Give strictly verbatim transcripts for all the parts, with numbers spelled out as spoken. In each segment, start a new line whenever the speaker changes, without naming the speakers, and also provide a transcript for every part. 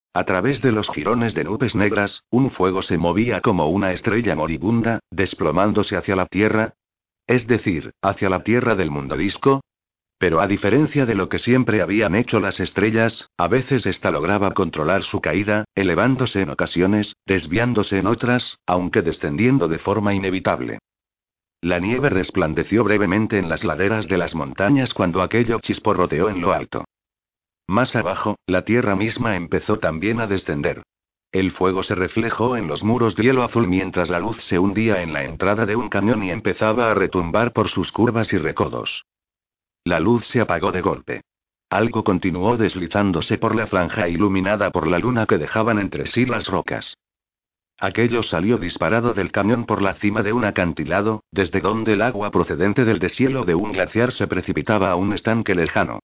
A través de los jirones de nubes negras, un fuego se movía como una estrella moribunda, desplomándose hacia la Tierra. Es decir, hacia la Tierra del mundo disco. Pero a diferencia de lo que siempre habían hecho las estrellas, a veces ésta lograba controlar su caída, elevándose en ocasiones, desviándose en otras, aunque descendiendo de forma inevitable. La nieve resplandeció brevemente en las laderas de las montañas cuando aquello chisporroteó en lo alto. Más abajo, la tierra misma empezó también a descender. El fuego se reflejó en los muros de hielo azul mientras la luz se hundía en la entrada de un cañón y empezaba a retumbar por sus curvas y recodos. La luz se apagó de golpe. Algo continuó deslizándose por la franja iluminada por la luna que dejaban entre sí las rocas. Aquello salió disparado del cañón por la cima de un acantilado, desde donde el agua procedente del deshielo de un glaciar se precipitaba a un estanque lejano.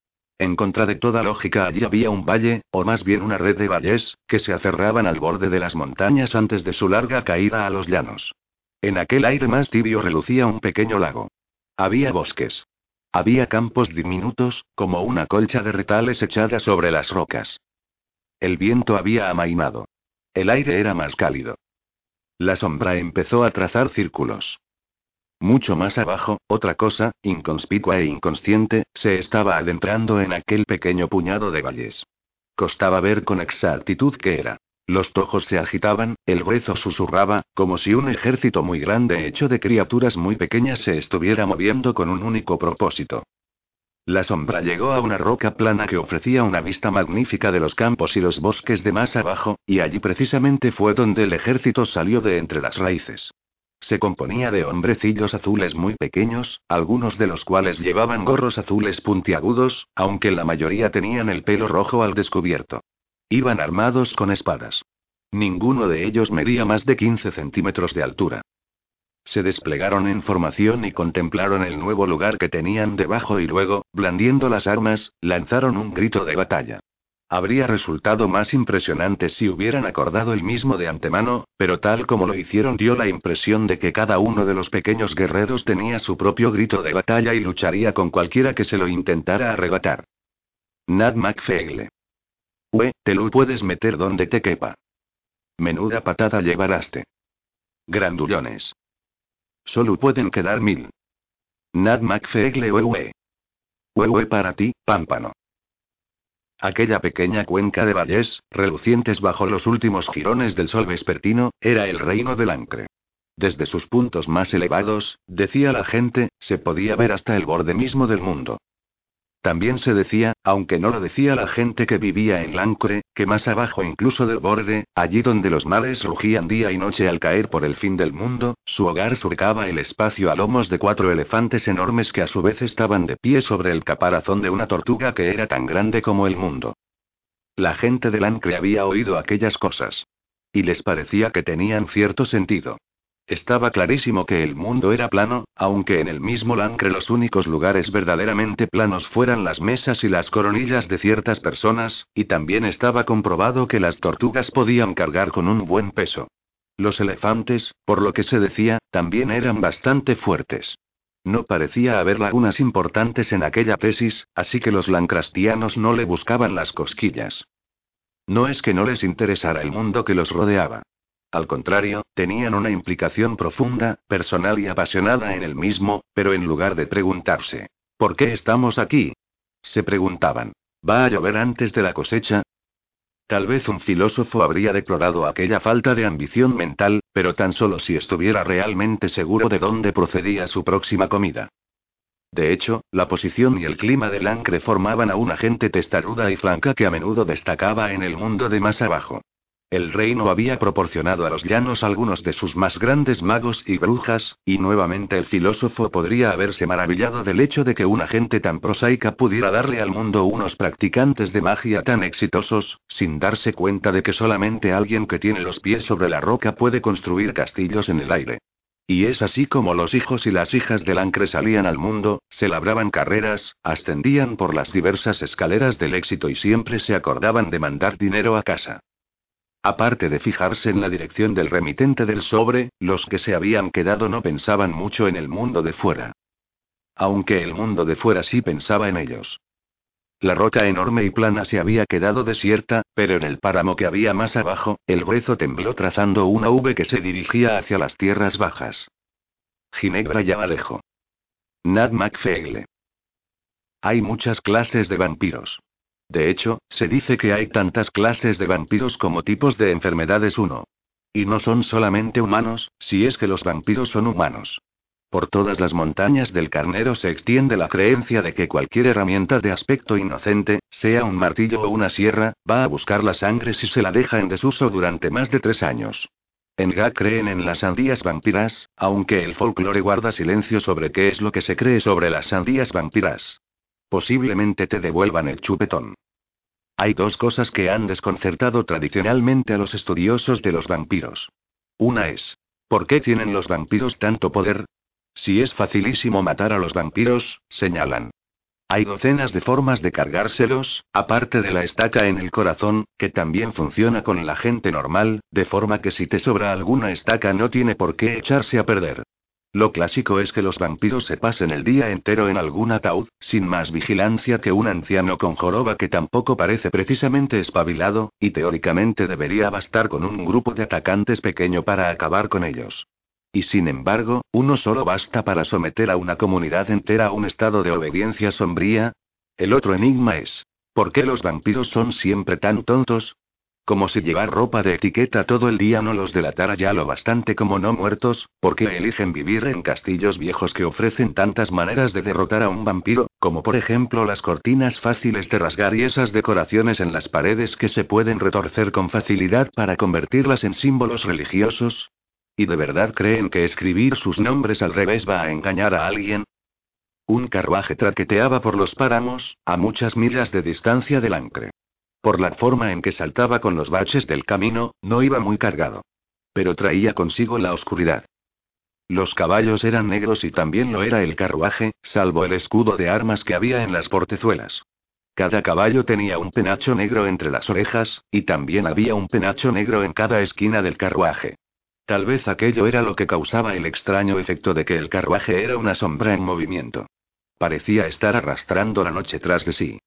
En contra de toda lógica allí había un valle, o más bien una red de valles, que se aferraban al borde de las montañas antes de su larga caída a los llanos. En aquel aire más tibio relucía un pequeño lago. Había bosques. Había campos diminutos, como una colcha de retales echada sobre las rocas. El viento había amainado. El aire era más cálido. La sombra empezó a trazar círculos. Mucho más abajo, otra cosa, inconspicua e inconsciente, se estaba adentrando en aquel pequeño puñado de valles. Costaba ver con exactitud qué era. Los tojos se agitaban, el brezo susurraba, como si un ejército muy grande hecho de criaturas muy pequeñas se estuviera moviendo con un único propósito. La sombra llegó a una roca plana que ofrecía una vista magnífica de los campos y los bosques de más abajo, y allí precisamente fue donde el ejército salió de entre las raíces. Se componía de hombrecillos azules muy pequeños, algunos de los cuales llevaban gorros azules puntiagudos, aunque la mayoría tenían el pelo rojo al descubierto. Iban armados con espadas. Ninguno de ellos medía más de quince centímetros de altura. Se desplegaron en formación y contemplaron el nuevo lugar que tenían debajo y luego, blandiendo las armas, lanzaron un grito de batalla. Habría resultado más impresionante si hubieran acordado el mismo de antemano, pero tal como lo hicieron dio la impresión de que cada uno de los pequeños guerreros tenía su propio grito de batalla y lucharía con cualquiera que se lo intentara arrebatar. Nat McFeegle. Ue, te lo puedes meter donde te quepa. Menuda patada llevaraste. Grandullones. Solo pueden quedar mil. Nat McFeegle ue. Ue para ti, pámpano. Aquella pequeña cuenca de valles, relucientes bajo los últimos jirones del sol vespertino, era el reino de Lancre. Desde sus puntos más elevados, decía la gente, se podía ver hasta el borde mismo del mundo. También se decía, aunque no lo decía la gente que vivía en Lancre, que más abajo incluso del borde, allí donde los mares rugían día y noche al caer por el fin del mundo, su hogar surcaba el espacio a lomos de cuatro elefantes enormes que a su vez estaban de pie sobre el caparazón de una tortuga que era tan grande como el mundo. La gente de Lancre había oído aquellas cosas. Y les parecía que tenían cierto sentido. Estaba clarísimo que el mundo era plano, aunque en el mismo Lancre los únicos lugares verdaderamente planos fueran las mesas y las coronillas de ciertas personas, y también estaba comprobado que las tortugas podían cargar con un buen peso. Los elefantes, por lo que se decía, también eran bastante fuertes. No parecía haber lagunas importantes en aquella tesis, así que los lancrastianos no le buscaban las cosquillas. No es que no les interesara el mundo que los rodeaba. Al contrario, tenían una implicación profunda, personal y apasionada en el mismo, pero en lugar de preguntarse, ¿por qué estamos aquí?, se preguntaban, ¿va a llover antes de la cosecha? Tal vez un filósofo habría deplorado aquella falta de ambición mental, pero tan solo si estuviera realmente seguro de dónde procedía su próxima comida. De hecho, la posición y el clima de Lancre formaban a una gente testaruda y flanca que a menudo destacaba en el mundo de más abajo. El reino había proporcionado a los llanos algunos de sus más grandes magos y brujas, y nuevamente el filósofo podría haberse maravillado del hecho de que una gente tan prosaica pudiera darle al mundo unos practicantes de magia tan exitosos, sin darse cuenta de que solamente alguien que tiene los pies sobre la roca puede construir castillos en el aire. Y es así como los hijos y las hijas de Lancre salían al mundo, se labraban carreras, ascendían por las diversas escaleras del éxito y siempre se acordaban de mandar dinero a casa. Aparte de fijarse en la dirección del remitente del sobre, los que se habían quedado no pensaban mucho en el mundo de fuera. Aunque el mundo de fuera sí pensaba en ellos. La roca enorme y plana se había quedado desierta, pero en el páramo que había más abajo, el brezo tembló trazando una V que se dirigía hacia las tierras bajas. Ginebra y Alejo. Nat McFeile. Hay muchas clases de vampiros. De hecho, se dice que hay tantas clases de vampiros como tipos de enfermedades uno. Y no son solamente humanos, si es que los vampiros son humanos. Por todas las montañas del Carnero se extiende la creencia de que cualquier herramienta de aspecto inocente, sea un martillo o una sierra, va a buscar la sangre si se la deja en desuso durante más de tres años. En G A creen en las sandías vampiras, aunque el folclore guarda silencio sobre qué es lo que se cree sobre las sandías vampiras. Posiblemente te devuelvan el chupetón. Hay dos cosas que han desconcertado tradicionalmente a los estudiosos de los vampiros. Una es, ¿por qué tienen los vampiros tanto poder? Si es facilísimo matar a los vampiros, señalan. Hay docenas de formas de cargárselos, aparte de la estaca en el corazón, que también funciona con la gente normal, de forma que si te sobra alguna estaca no tiene por qué echarse a perder. Lo clásico es que los vampiros se pasen el día entero en algún ataúd, sin más vigilancia que un anciano con joroba que tampoco parece precisamente espabilado, y teóricamente debería bastar con un grupo de atacantes pequeño para acabar con ellos. Y sin embargo, uno solo basta para someter a una comunidad entera a un estado de obediencia sombría. El otro enigma es, ¿por qué los vampiros son siempre tan tontos? Como si llevar ropa de etiqueta todo el día no los delatara ya lo bastante como no muertos, ¿por qué eligen vivir en castillos viejos que ofrecen tantas maneras de derrotar a un vampiro, como por ejemplo las cortinas fáciles de rasgar y esas decoraciones en las paredes que se pueden retorcer con facilidad para convertirlas en símbolos religiosos? ¿Y de verdad creen que escribir sus nombres al revés va a engañar a alguien? Un carruaje traqueteaba por los páramos, a muchas millas de distancia del Ancre. Por la forma en que saltaba con los baches del camino, no iba muy cargado. Pero traía consigo la oscuridad. Los caballos eran negros y también lo era el carruaje, salvo el escudo de armas que había en las portezuelas. Cada caballo tenía un penacho negro entre las orejas, y también había un penacho negro en cada esquina del carruaje. Tal vez aquello era lo que causaba el extraño efecto de que el carruaje era una sombra en movimiento. Parecía estar arrastrando la noche tras de sí.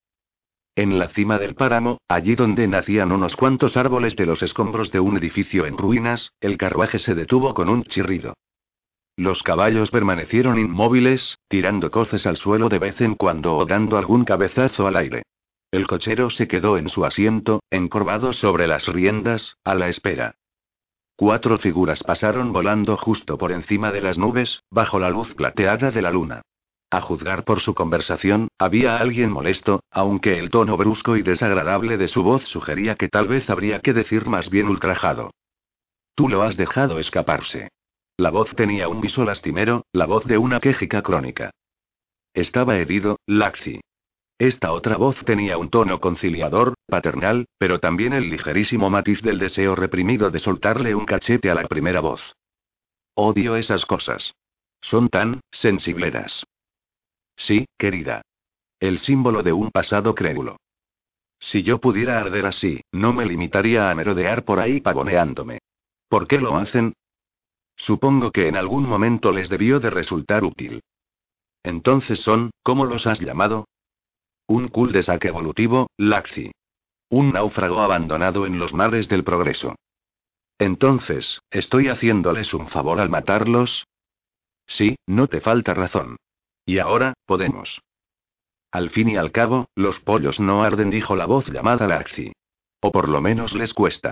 En la cima del páramo, allí donde nacían unos cuantos árboles de los escombros de un edificio en ruinas, el carruaje se detuvo con un chirrido. Los caballos permanecieron inmóviles, tirando coces al suelo de vez en cuando o dando algún cabezazo al aire. El cochero se quedó en su asiento, encorvado sobre las riendas, a la espera. Cuatro figuras pasaron volando justo por encima de las nubes, bajo la luz plateada de la luna. A juzgar por su conversación, había alguien molesto, aunque el tono brusco y desagradable de su voz sugería que tal vez habría que decir más bien ultrajado. Tú lo has dejado escaparse. La voz tenía un viso lastimero, la voz de una quejica crónica. Estaba herido, Laxi. Esta otra voz tenía un tono conciliador, paternal, pero también el ligerísimo matiz del deseo reprimido de soltarle un cachete a la primera voz. Odio esas cosas. Son tan sensibleras. Sí, querida. El símbolo de un pasado crédulo. Si yo pudiera arder así, no me limitaría a merodear por ahí pavoneándome. ¿Por qué lo hacen? Supongo que en algún momento les debió de resultar útil. Entonces son, ¿cómo los has llamado? Un cul-de-sac evolutivo, Laxi. Un náufrago abandonado en los mares del progreso. Entonces, ¿estoy haciéndoles un favor al matarlos? Sí, no te falta razón. Y ahora, podemos. Al fin y al cabo, los pollos no arden, dijo la voz llamada Laxi. O por lo menos les cuesta.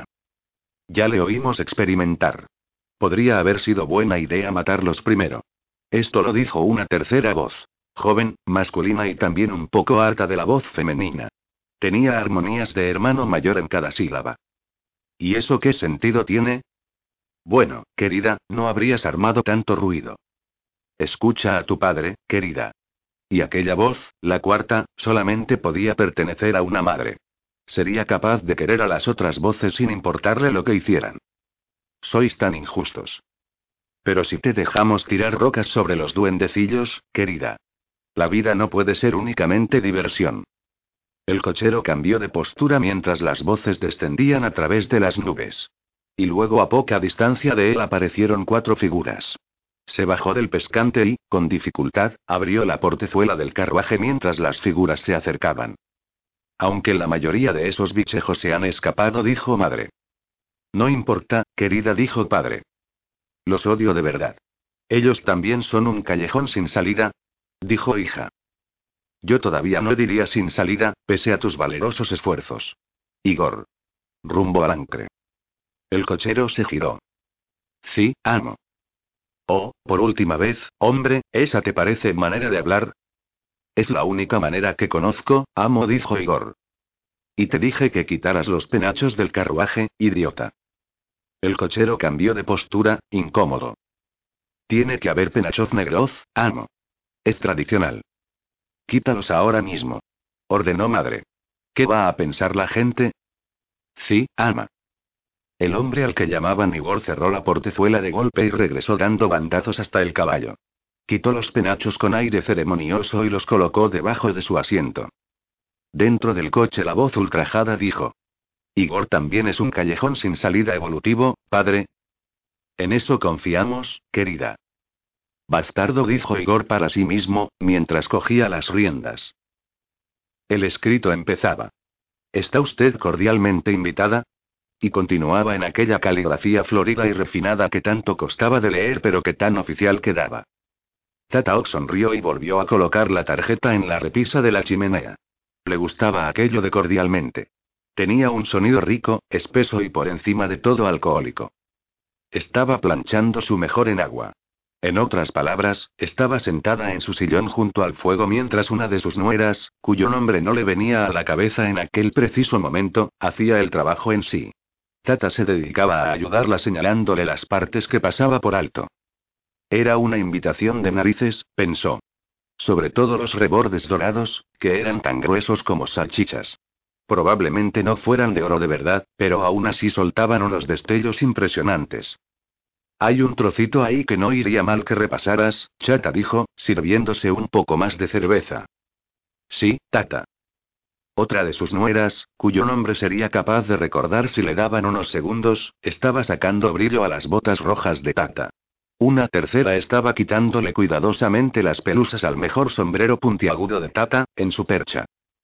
Ya le oímos experimentar. Podría haber sido buena idea matarlos primero. Esto lo dijo una tercera voz. Joven, masculina y también un poco harta de la voz femenina. Tenía armonías de hermano mayor en cada sílaba. ¿Y eso qué sentido tiene? Bueno, querida, no habrías armado tanto ruido. Escucha a tu padre, querida. Y aquella voz, la cuarta, solamente podía pertenecer a una madre. Sería capaz de querer a las otras voces sin importarle lo que hicieran. Sois tan injustos. Pero si te dejamos tirar rocas sobre los duendecillos, querida. La vida no puede ser únicamente diversión. El cochero cambió de postura mientras las voces descendían a través de las nubes. Y luego a poca distancia de él aparecieron cuatro figuras. Se bajó del pescante y, con dificultad, abrió la portezuela del carruaje mientras las figuras se acercaban. Aunque la mayoría de esos bichejos se han escapado, dijo madre. No importa, querida, dijo padre. Los odio de verdad. Ellos también son un callejón sin salida, dijo hija. Yo todavía no diría sin salida, pese a tus valerosos esfuerzos. Igor. Rumbo al ancre. El cochero se giró. Sí, amo. Oh, por última vez, hombre, ¿esa te parece manera de hablar? Es la única manera que conozco, amo, dijo Igor. Y te dije que quitaras los penachos del carruaje, idiota. El cochero cambió de postura, incómodo. Tiene que haber penachos negros, amo. Es tradicional. Quítalos ahora mismo. Ordenó madre. ¿Qué va a pensar la gente? Sí, ama. El hombre al que llamaban Igor cerró la portezuela de golpe y regresó dando bandazos hasta el caballo. Quitó los penachos con aire ceremonioso y los colocó debajo de su asiento. Dentro del coche la voz ultrajada dijo. Igor también es un callejón sin salida evolutivo, padre. En eso confiamos, querida. Bastardo, dijo Igor para sí mismo, mientras cogía las riendas. El escrito empezaba. ¿Está usted cordialmente invitada? Y continuaba en aquella caligrafía florida y refinada que tanto costaba de leer pero que tan oficial quedaba. Tata Ox sonrió y volvió a colocar la tarjeta en la repisa de la chimenea. Le gustaba aquello de cordialmente. Tenía un sonido rico, espeso y por encima de todo alcohólico. Estaba planchando su mejor enagua. En otras palabras, estaba sentada en su sillón junto al fuego mientras una de sus nueras, cuyo nombre no le venía a la cabeza en aquel preciso momento, hacía el trabajo en sí. Tata se dedicaba a ayudarla señalándole las partes que pasaba por alto. Era una invitación de narices, pensó. Sobre todo los rebordes dorados, que eran tan gruesos como salchichas. Probablemente no fueran de oro de verdad, pero aún así soltaban unos destellos impresionantes. Hay un trocito ahí que no iría mal que repasaras, Chata dijo, sirviéndose un poco más de cerveza. Sí, Tata. Otra de sus nueras, cuyo nombre sería capaz de recordar si le daban unos segundos, estaba sacando brillo a las botas rojas de Tata. Una tercera estaba quitándole cuidadosamente las pelusas al mejor sombrero puntiagudo de Tata, en su percha.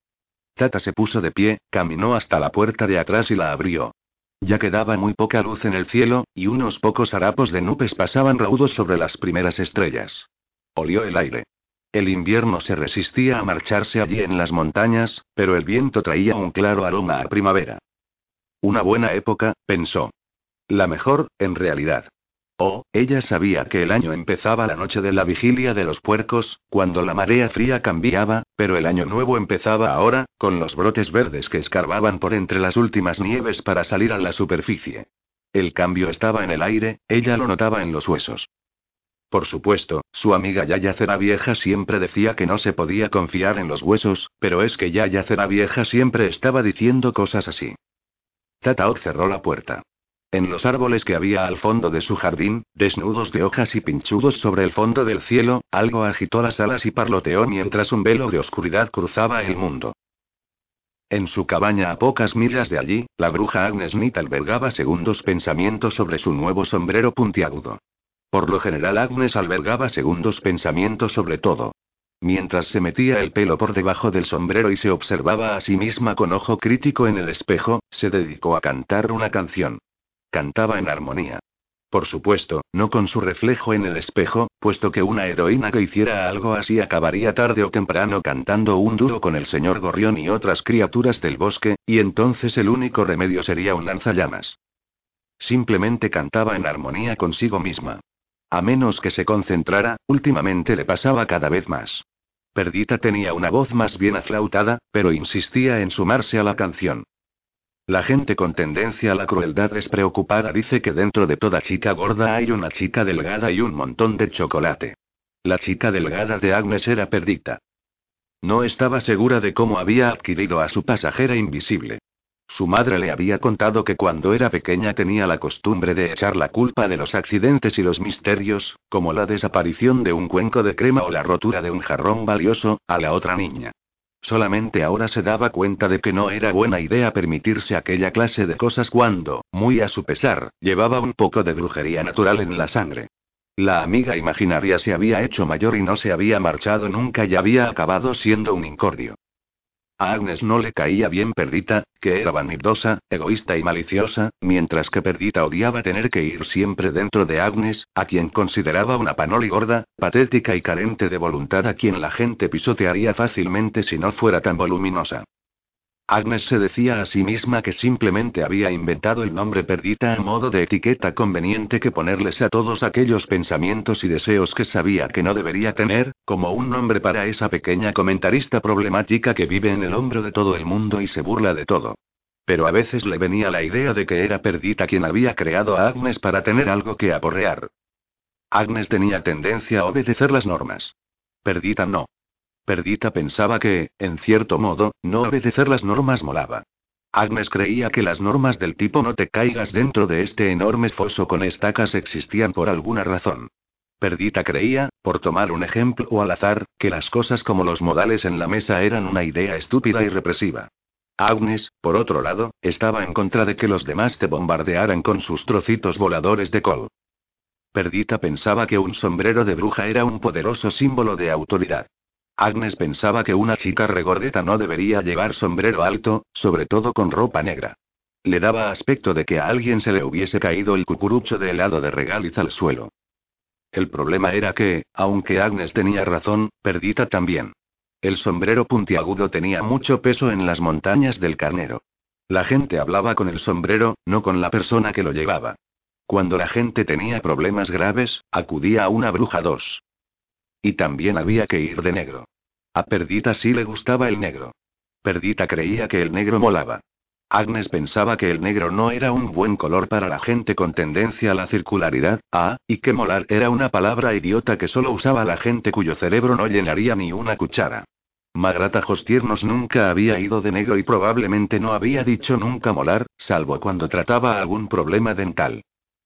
Tata se puso de pie, caminó hasta la puerta de atrás y la abrió. Ya quedaba muy poca luz en el cielo, y unos pocos harapos de nubes pasaban raudos sobre las primeras estrellas. Olió el aire. El invierno se resistía a marcharse allí en las montañas, pero el viento traía un claro aroma a primavera. Una buena época, pensó. La mejor, en realidad. Oh, ella sabía que el año empezaba la noche de la vigilia de los puercos, cuando la marea fría cambiaba, pero el año nuevo empezaba ahora, con los brotes verdes que escarbaban por entre las últimas nieves para salir a la superficie. El cambio estaba en el aire, ella lo notaba en los huesos. Por supuesto, su amiga Yaya Vieja siempre decía que no se podía confiar en los huesos, pero es que Yaya Vieja siempre estaba diciendo cosas así. Tata Ox cerró la puerta. En los árboles que había al fondo de su jardín, desnudos de hojas y pinchudos sobre el fondo del cielo, algo agitó las alas y parloteó mientras un velo de oscuridad cruzaba el mundo. En su cabaña a pocas millas de allí, la bruja Agnes Smith albergaba segundos pensamientos sobre su nuevo sombrero puntiagudo. Por lo general Agnes albergaba segundos pensamientos sobre todo. Mientras se metía el pelo por debajo del sombrero y se observaba a sí misma con ojo crítico en el espejo, se dedicó a cantar una canción. Cantaba en armonía. Por supuesto, no con su reflejo en el espejo, puesto que una heroína que hiciera algo así acabaría tarde o temprano cantando un dúo con el señor Gorrión y otras criaturas del bosque, y entonces el único remedio sería un lanzallamas. Simplemente cantaba en armonía consigo misma. A menos que se concentrara, últimamente le pasaba cada vez más. Perdita tenía una voz más bien aflautada, pero insistía en sumarse a la canción. La gente con tendencia a la crueldad despreocupada dice que dentro de toda chica gorda hay una chica delgada y un montón de chocolate. La chica delgada de Agnes era Perdita. No estaba segura de cómo había adquirido a su pasajera invisible. Su madre le había contado que cuando era pequeña tenía la costumbre de echar la culpa de los accidentes y los misterios, como la desaparición de un cuenco de crema o la rotura de un jarrón valioso, a la otra niña. Solamente ahora se daba cuenta de que no era buena idea permitirse aquella clase de cosas cuando, muy a su pesar, llevaba un poco de brujería natural en la sangre. La amiga imaginaria se había hecho mayor y no se había marchado nunca y había acabado siendo un incordio. A Agnes no le caía bien Perdita, que era vanidosa, egoísta y maliciosa, mientras que Perdita odiaba tener que ir siempre dentro de Agnes, a quien consideraba una panoli gorda, patética y carente de voluntad, a quien la gente pisotearía fácilmente si no fuera tan voluminosa. Agnes se decía a sí misma que simplemente había inventado el nombre Perdita a modo de etiqueta conveniente que ponerles a todos aquellos pensamientos y deseos que sabía que no debería tener, como un nombre para esa pequeña comentarista problemática que vive en el hombro de todo el mundo y se burla de todo. Pero a veces le venía la idea de que era Perdita quien había creado a Agnes para tener algo que aporrear. Agnes tenía tendencia a obedecer las normas. Perdita no. Perdita pensaba que, en cierto modo, no obedecer las normas molaba. Agnes creía que las normas del tipo no te caigas dentro de este enorme foso con estacas existían por alguna razón. Perdita creía, por tomar un ejemplo o al azar, que las cosas como los modales en la mesa eran una idea estúpida y represiva. Agnes, por otro lado, estaba en contra de que los demás te bombardearan con sus trocitos voladores de col. Perdita pensaba que un sombrero de bruja era un poderoso símbolo de autoridad. Agnes pensaba que una chica regordeta no debería llevar sombrero alto, sobre todo con ropa negra. Le daba aspecto de que a alguien se le hubiese caído el cucurucho de helado de regaliz al suelo. El problema era que, aunque Agnes tenía razón, Perdita también. El sombrero puntiagudo tenía mucho peso en las montañas del Carnero. La gente hablaba con el sombrero, no con la persona que lo llevaba. Cuando la gente tenía problemas graves, acudía a una bruja dos. Y también había que ir de negro. A Perdita sí le gustaba el negro. Perdita creía que el negro molaba. Agnes pensaba que el negro no era un buen color para la gente con tendencia a la circularidad, ah, y que molar era una palabra idiota que solo usaba la gente cuyo cerebro no llenaría ni una cuchara. Magrat Ajostiernos nunca había ido de negro y probablemente no había dicho nunca molar, salvo cuando trataba algún problema dental.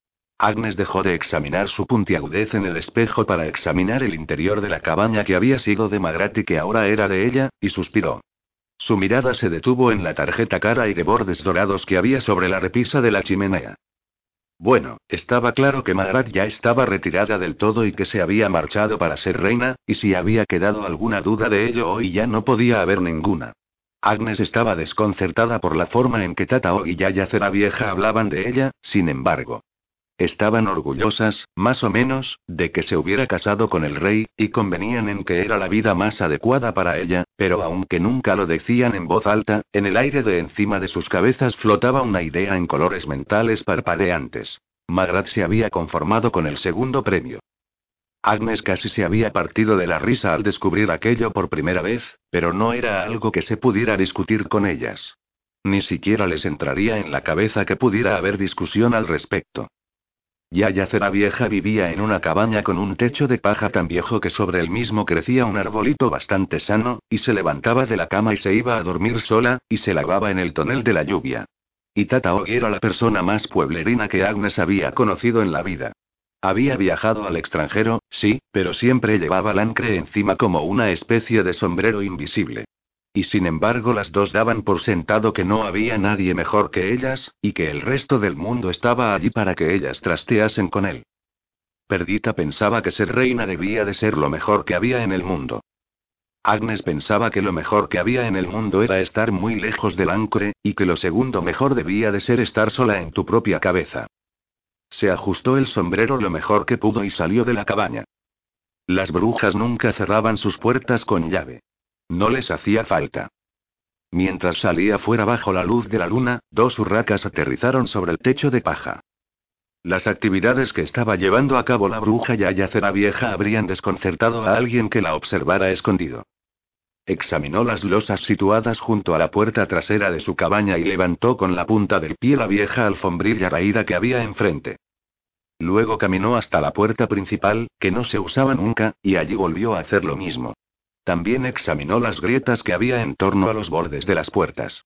Agnes dejó de examinar su puntiagudez en el espejo para examinar el interior de la cabaña que había sido de Magrat y que ahora era de ella, y suspiró. Su mirada se detuvo en la tarjeta cara y de bordes dorados que había sobre la repisa de la chimenea. Bueno, estaba claro que Magrat ya estaba retirada del todo y que se había marchado para ser reina, y si había quedado alguna duda de ello hoy ya no podía haber ninguna. Agnes estaba desconcertada por la forma en que Tatao y Yaya Ceravieja hablaban de ella, sin embargo. Estaban orgullosas, más o menos, de que se hubiera casado con el rey, y convenían en que era la vida más adecuada para ella, pero aunque nunca lo decían en voz alta, en el aire de encima de sus cabezas flotaba una idea en colores mentales parpadeantes. Magrat se había conformado con el segundo premio. Agnes casi se había partido de la risa al descubrir aquello por primera vez, pero no era algo que se pudiera discutir con ellas. Ni siquiera les entraría en la cabeza que pudiera haber discusión al respecto. Yaya Ceravieja vivía en una cabaña con un techo de paja tan viejo que sobre el mismo crecía un arbolito bastante sano, y se levantaba de la cama y se iba a dormir sola, y se lavaba en el tonel de la lluvia. Y Tatao era la persona más pueblerina que Agnes había conocido en la vida. Había viajado al extranjero, sí, pero siempre llevaba lancre encima como una especie de sombrero invisible. Y sin embargo las dos daban por sentado que no había nadie mejor que ellas, y que el resto del mundo estaba allí para que ellas trasteasen con él. Perdita pensaba que ser reina debía de ser lo mejor que había en el mundo. Agnes pensaba que lo mejor que había en el mundo era estar muy lejos del ancre, y que lo segundo mejor debía de ser estar sola en tu propia cabeza. Se ajustó el sombrero lo mejor que pudo y salió de la cabaña. Las brujas nunca cerraban sus puertas con llave. No les hacía falta. Mientras salía fuera bajo la luz de la luna, dos urracas aterrizaron sobre el techo de paja. Las actividades que estaba llevando a cabo la bruja Yaya Ceravieja habrían desconcertado a alguien que la observara escondido. Examinó las losas situadas junto a la puerta trasera de su cabaña y levantó con la punta del pie la vieja alfombrilla raída que había enfrente. Luego caminó hasta la puerta principal, que no se usaba nunca, y allí volvió a hacer lo mismo. También examinó las grietas que había en torno a los bordes de las puertas.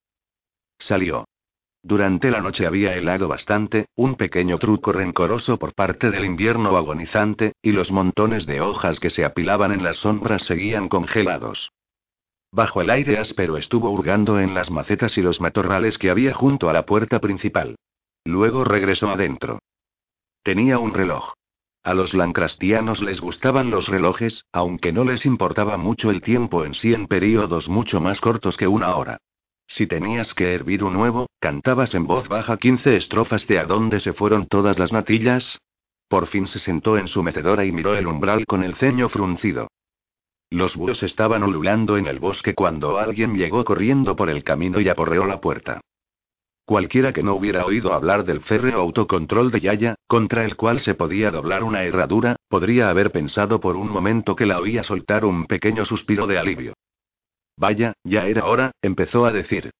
Salió. Durante la noche había helado bastante, un pequeño truco rencoroso por parte del invierno agonizante, y los montones de hojas que se apilaban en las sombras seguían congelados. Bajo el aire áspero estuvo hurgando en las macetas y los matorrales que había junto a la puerta principal. Luego regresó adentro. Tenía un reloj. A los lancrastianos les gustaban los relojes, aunque no les importaba mucho el tiempo en sí en períodos mucho más cortos que una hora. Si tenías que hervir un huevo, cantabas en voz baja quince estrofas de ¿A dónde se fueron todas las natillas? Por fin se sentó en su mecedora y miró el umbral con el ceño fruncido. Los búhos estaban ululando en el bosque cuando alguien llegó corriendo por el camino y aporreó la puerta. Cualquiera que no hubiera oído hablar del férreo autocontrol de Yaya, contra el cual se podía doblar una herradura, podría haber pensado por un momento que la oía soltar un pequeño suspiro de alivio. Vaya, ya era hora, empezó a decir.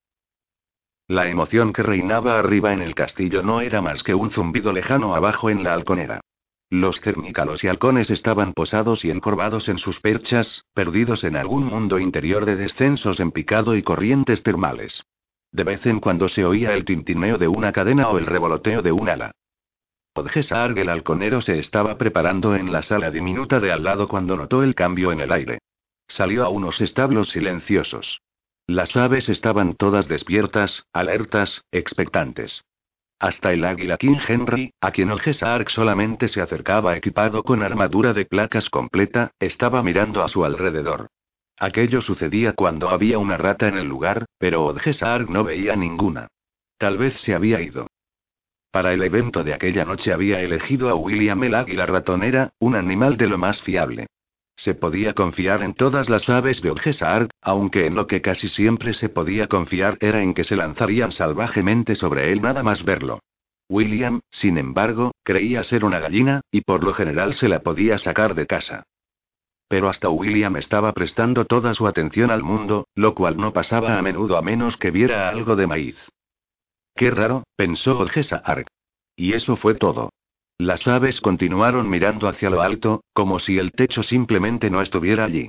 La emoción que reinaba arriba en el castillo no era más que un zumbido lejano abajo en la halconera. Los cernícalos y halcones estaban posados y encorvados en sus perchas, perdidos en algún mundo interior de descensos en picado y corrientes termales. De vez en cuando se oía el tintineo de una cadena o el revoloteo de un ala. Odgesarg el halconero se estaba preparando en la sala diminuta de al lado cuando notó el cambio en el aire. Salió a unos establos silenciosos. Las aves estaban todas despiertas, alertas, expectantes. Hasta el águila King Henry, a quien Odgesarg solamente se acercaba equipado con armadura de placas completa, estaba mirando a su alrededor. Aquello sucedía cuando había una rata en el lugar, pero Odgesarg no veía ninguna. Tal vez se había ido. Para el evento de aquella noche había elegido a William el águila ratonera, un animal de lo más fiable. Se podía confiar en todas las aves de Odgesarg, aunque en lo que casi siempre se podía confiar era en que se lanzarían salvajemente sobre él nada más verlo. William, sin embargo, creía ser una gallina, y por lo general se la podía sacar de casa. Pero hasta William estaba prestando toda su atención al mundo, lo cual no pasaba a menudo a menos que viera algo de maíz. Qué raro, pensó Odgesarg. Y eso fue todo. Las aves continuaron mirando hacia lo alto, como si el techo simplemente no estuviera allí.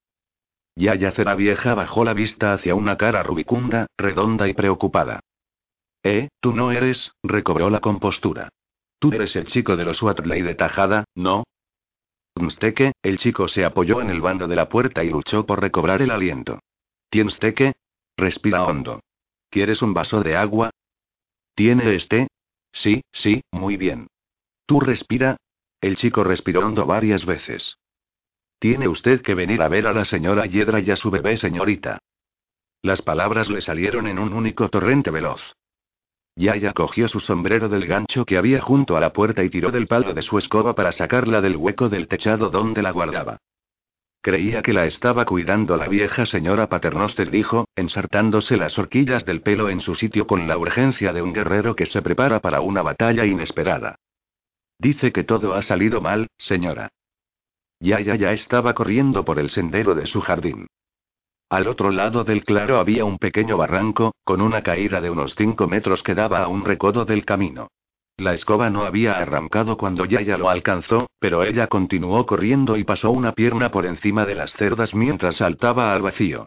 Yaya Vieja bajó la vista hacia una cara rubicunda, redonda y preocupada. Eh, tú no eres, recobró la compostura. Tú eres el chico de los Watley de Tajada, ¿no? Tiensteke, el chico se apoyó en el bando de la puerta y luchó por recobrar el aliento. Tiensteke, respira hondo. ¿Quieres un vaso de agua? ¿Tiene este? Sí, sí, muy bien. ¿Tú respira? El chico respiró hondo varias veces. Tiene usted que venir a ver a la señora Yedra y a su bebé, señorita. Las palabras le salieron en un único torrente veloz. Yaya cogió su sombrero del gancho que había junto a la puerta y tiró del palo de su escoba para sacarla del hueco del techado donde la guardaba. Creía que la estaba cuidando la vieja señora Paternoster, dijo, ensartándose las horquillas del pelo en su sitio con la urgencia de un guerrero que se prepara para una batalla inesperada. Dice que todo ha salido mal, señora. Yaya ya estaba corriendo por el sendero de su jardín. Al otro lado del claro había un pequeño barranco, con una caída de unos cinco metros que daba a un recodo del camino. La escoba no había arrancado cuando Yaya lo alcanzó, pero ella continuó corriendo y pasó una pierna por encima de las cerdas mientras saltaba al vacío.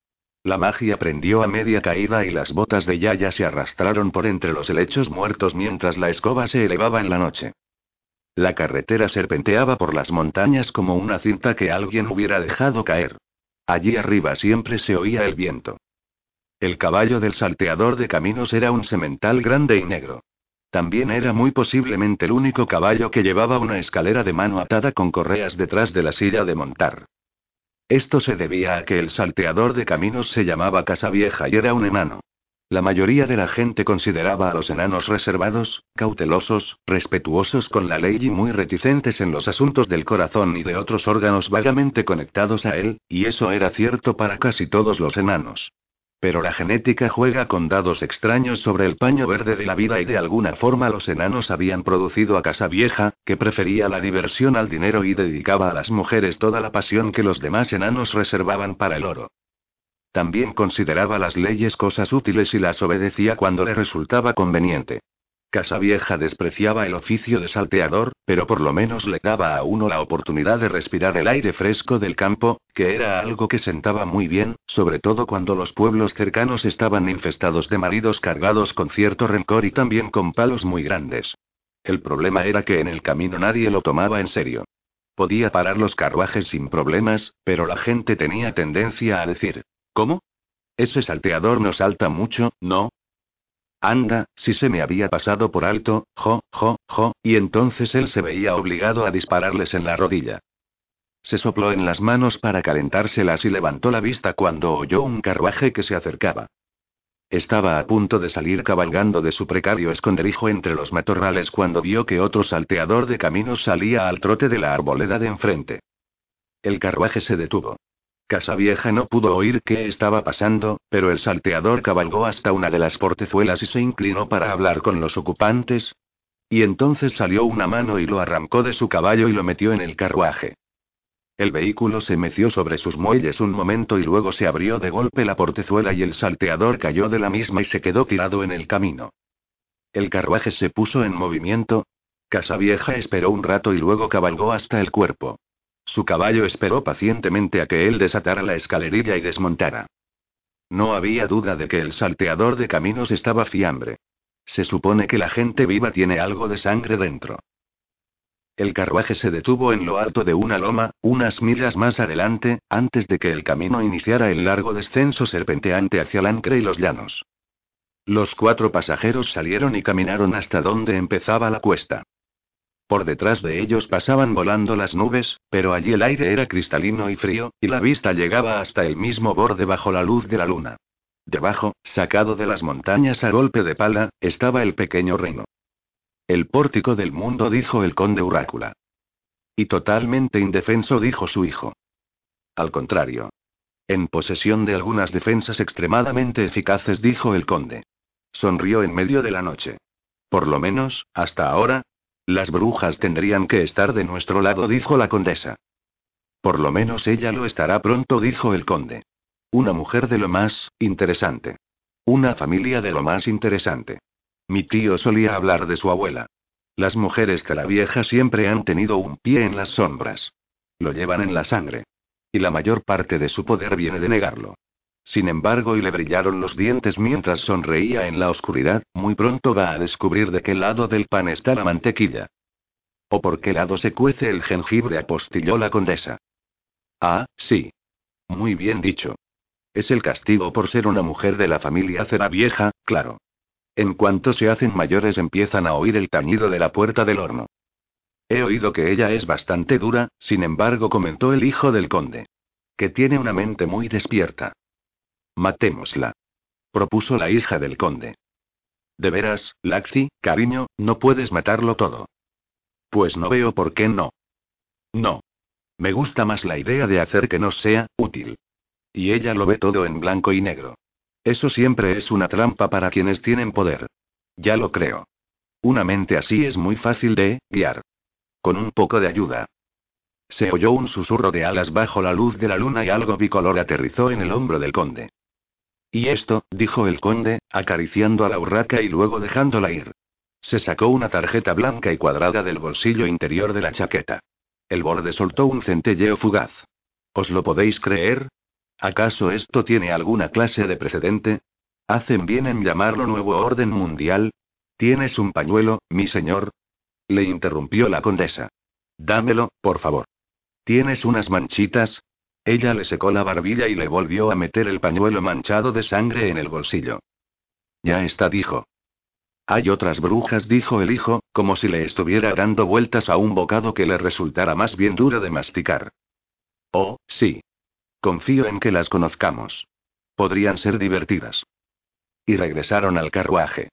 La magia prendió a media caída y las botas de Yaya se arrastraron por entre los helechos muertos mientras la escoba se elevaba en la noche. La carretera serpenteaba por las montañas como una cinta que alguien hubiera dejado caer. Allí arriba siempre se oía el viento. El caballo del salteador de caminos era un semental grande y negro. También era muy posiblemente el único caballo que llevaba una escalera de mano atada con correas detrás de la silla de montar. Esto se debía a que el salteador de caminos se llamaba Casavieja y era un enano. La mayoría de la gente consideraba a los enanos reservados, cautelosos, respetuosos con la ley y muy reticentes en los asuntos del corazón y de otros órganos vagamente conectados a él, y eso era cierto para casi todos los enanos. Pero la genética juega con dados extraños sobre el paño verde de la vida y de alguna forma los enanos habían producido a Casavieja, que prefería la diversión al dinero y dedicaba a las mujeres toda la pasión que los demás enanos reservaban para el oro. También consideraba las leyes cosas útiles y las obedecía cuando le resultaba conveniente. Casavieja despreciaba el oficio de salteador, pero por lo menos le daba a uno la oportunidad de respirar el aire fresco del campo, que era algo que sentaba muy bien, sobre todo cuando los pueblos cercanos estaban infestados de maridos cargados con cierto rencor y también con palos muy grandes. El problema era que en el camino nadie lo tomaba en serio. Podía parar los carruajes sin problemas, pero la gente tenía tendencia a decir: ¿cómo? Ese salteador no salta mucho, ¿no? Anda, si se me había pasado por alto, jo, jo, empujó, y entonces él se veía obligado a dispararles en la rodilla. Se sopló en las manos para calentárselas y levantó la vista cuando oyó un carruaje que se acercaba. Estaba a punto de salir cabalgando de su precario esconderijo entre los matorrales cuando vio que otro salteador de caminos salía al trote de la arboleda de enfrente. El carruaje se detuvo. Casavieja no pudo oír qué estaba pasando, pero el salteador cabalgó hasta una de las portezuelas y se inclinó para hablar con los ocupantes. Y entonces salió una mano y lo arrancó de su caballo y lo metió en el carruaje. El vehículo se meció sobre sus muelles un momento y luego se abrió de golpe la portezuela y el salteador cayó de la misma y se quedó tirado en el camino. El carruaje se puso en movimiento. Casavieja esperó un rato y luego cabalgó hasta el cuerpo. Su caballo esperó pacientemente a que él desatara la escalerilla y desmontara. No había duda de que el salteador de caminos estaba fiambre. Se supone que la gente viva tiene algo de sangre dentro. El carruaje se detuvo en lo alto de una loma, unas millas más adelante, antes de que el camino iniciara el largo descenso serpenteante hacia el Ancre y los llanos. Los cuatro pasajeros salieron y caminaron hasta donde empezaba la cuesta. Por detrás de ellos pasaban volando las nubes, pero allí el aire era cristalino y frío, y la vista llegaba hasta el mismo borde bajo la luz de la luna. Debajo, sacado de las montañas a golpe de pala, estaba el pequeño reino. El pórtico del mundo, dijo el conde Urácula. Y totalmente indefenso, dijo su hijo. Al contrario. En posesión de algunas defensas extremadamente eficaces, dijo el conde. Sonrió en medio de la noche. Por lo menos, hasta ahora, las brujas tendrían que estar de nuestro lado, dijo la condesa. Por lo menos ella lo estará pronto, dijo el conde. Una mujer de lo más interesante. Una familia de lo más interesante. Mi tío solía hablar de su abuela. Las mujeres calaviejas siempre han tenido un pie en las sombras. Lo llevan en la sangre. Y la mayor parte de su poder viene de negarlo. Sin embargo, y le brillaron los dientes mientras sonreía en la oscuridad, muy pronto va a descubrir de qué lado del pan está la mantequilla. ¿O por qué lado se cuece el jengibre?, apostilló la condesa. Ah, sí. Muy bien dicho. Es el castigo por ser una mujer de la familia Calavieja, claro. En cuanto se hacen mayores empiezan a oír el tañido de la puerta del horno. He oído que ella es bastante dura, sin embargo, comentó el hijo del conde. Que tiene una mente muy despierta. Matémosla. Propuso la hija del conde. De veras, Laxi, cariño, no puedes matarlo todo. Pues no veo por qué no. No. Me gusta más la idea de hacer que nos sea útil. Y ella lo ve todo en blanco y negro. Eso siempre es una trampa para quienes tienen poder. Ya lo creo. Una mente así es muy fácil de guiar. Con un poco de ayuda. Se oyó un susurro de alas bajo la luz de la luna y algo bicolor aterrizó en el hombro del conde. ¿Y esto?, dijo el conde, acariciando a la urraca y luego dejándola ir. Se sacó una tarjeta blanca y cuadrada del bolsillo interior de la chaqueta. El borde soltó un centelleo fugaz. ¿Os lo podéis creer? ¿Acaso esto tiene alguna clase de precedente? ¿Hacen bien en llamarlo nuevo orden mundial? ¿Tienes un pañuelo, mi señor?, le interrumpió la condesa. Dámelo, por favor. ¿Tienes unas manchitas? Ella le secó la barbilla y le volvió a meter el pañuelo manchado de sangre en el bolsillo. Ya está, dijo. Hay otras brujas, dijo el hijo, como si le estuviera dando vueltas a un bocado que le resultara más bien duro de masticar. Oh, sí. Confío en que las conozcamos. Podrían ser divertidas. Y regresaron al carruaje.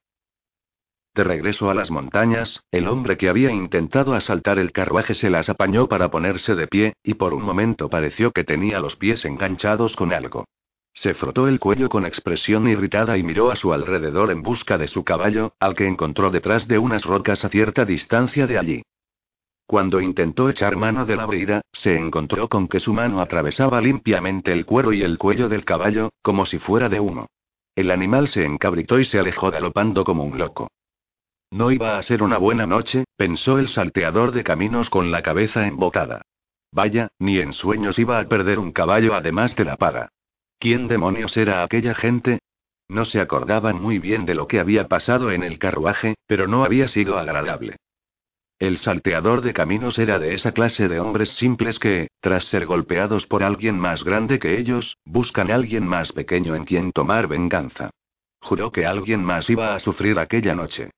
De regreso a las montañas, el hombre que había intentado asaltar el carruaje se las apañó para ponerse de pie, y por un momento pareció que tenía los pies enganchados con algo. Se frotó el cuello con expresión irritada y miró a su alrededor en busca de su caballo, al que encontró detrás de unas rocas a cierta distancia de allí. Cuando intentó echar mano de la brida, se encontró con que su mano atravesaba limpiamente el cuero y el cuello del caballo, como si fuera de uno. El animal se encabritó y se alejó galopando como un loco. No iba a ser una buena noche, pensó el salteador de caminos con la cabeza embotada. Vaya, ni en sueños iba a perder un caballo además de la paga. ¿Quién demonios era aquella gente? No se acordaban muy bien de lo que había pasado en el carruaje, pero no había sido agradable. El salteador de caminos era de esa clase de hombres simples que, tras ser golpeados por alguien más grande que ellos, buscan a alguien más pequeño en quien tomar venganza. Juró que alguien más iba a sufrir aquella noche.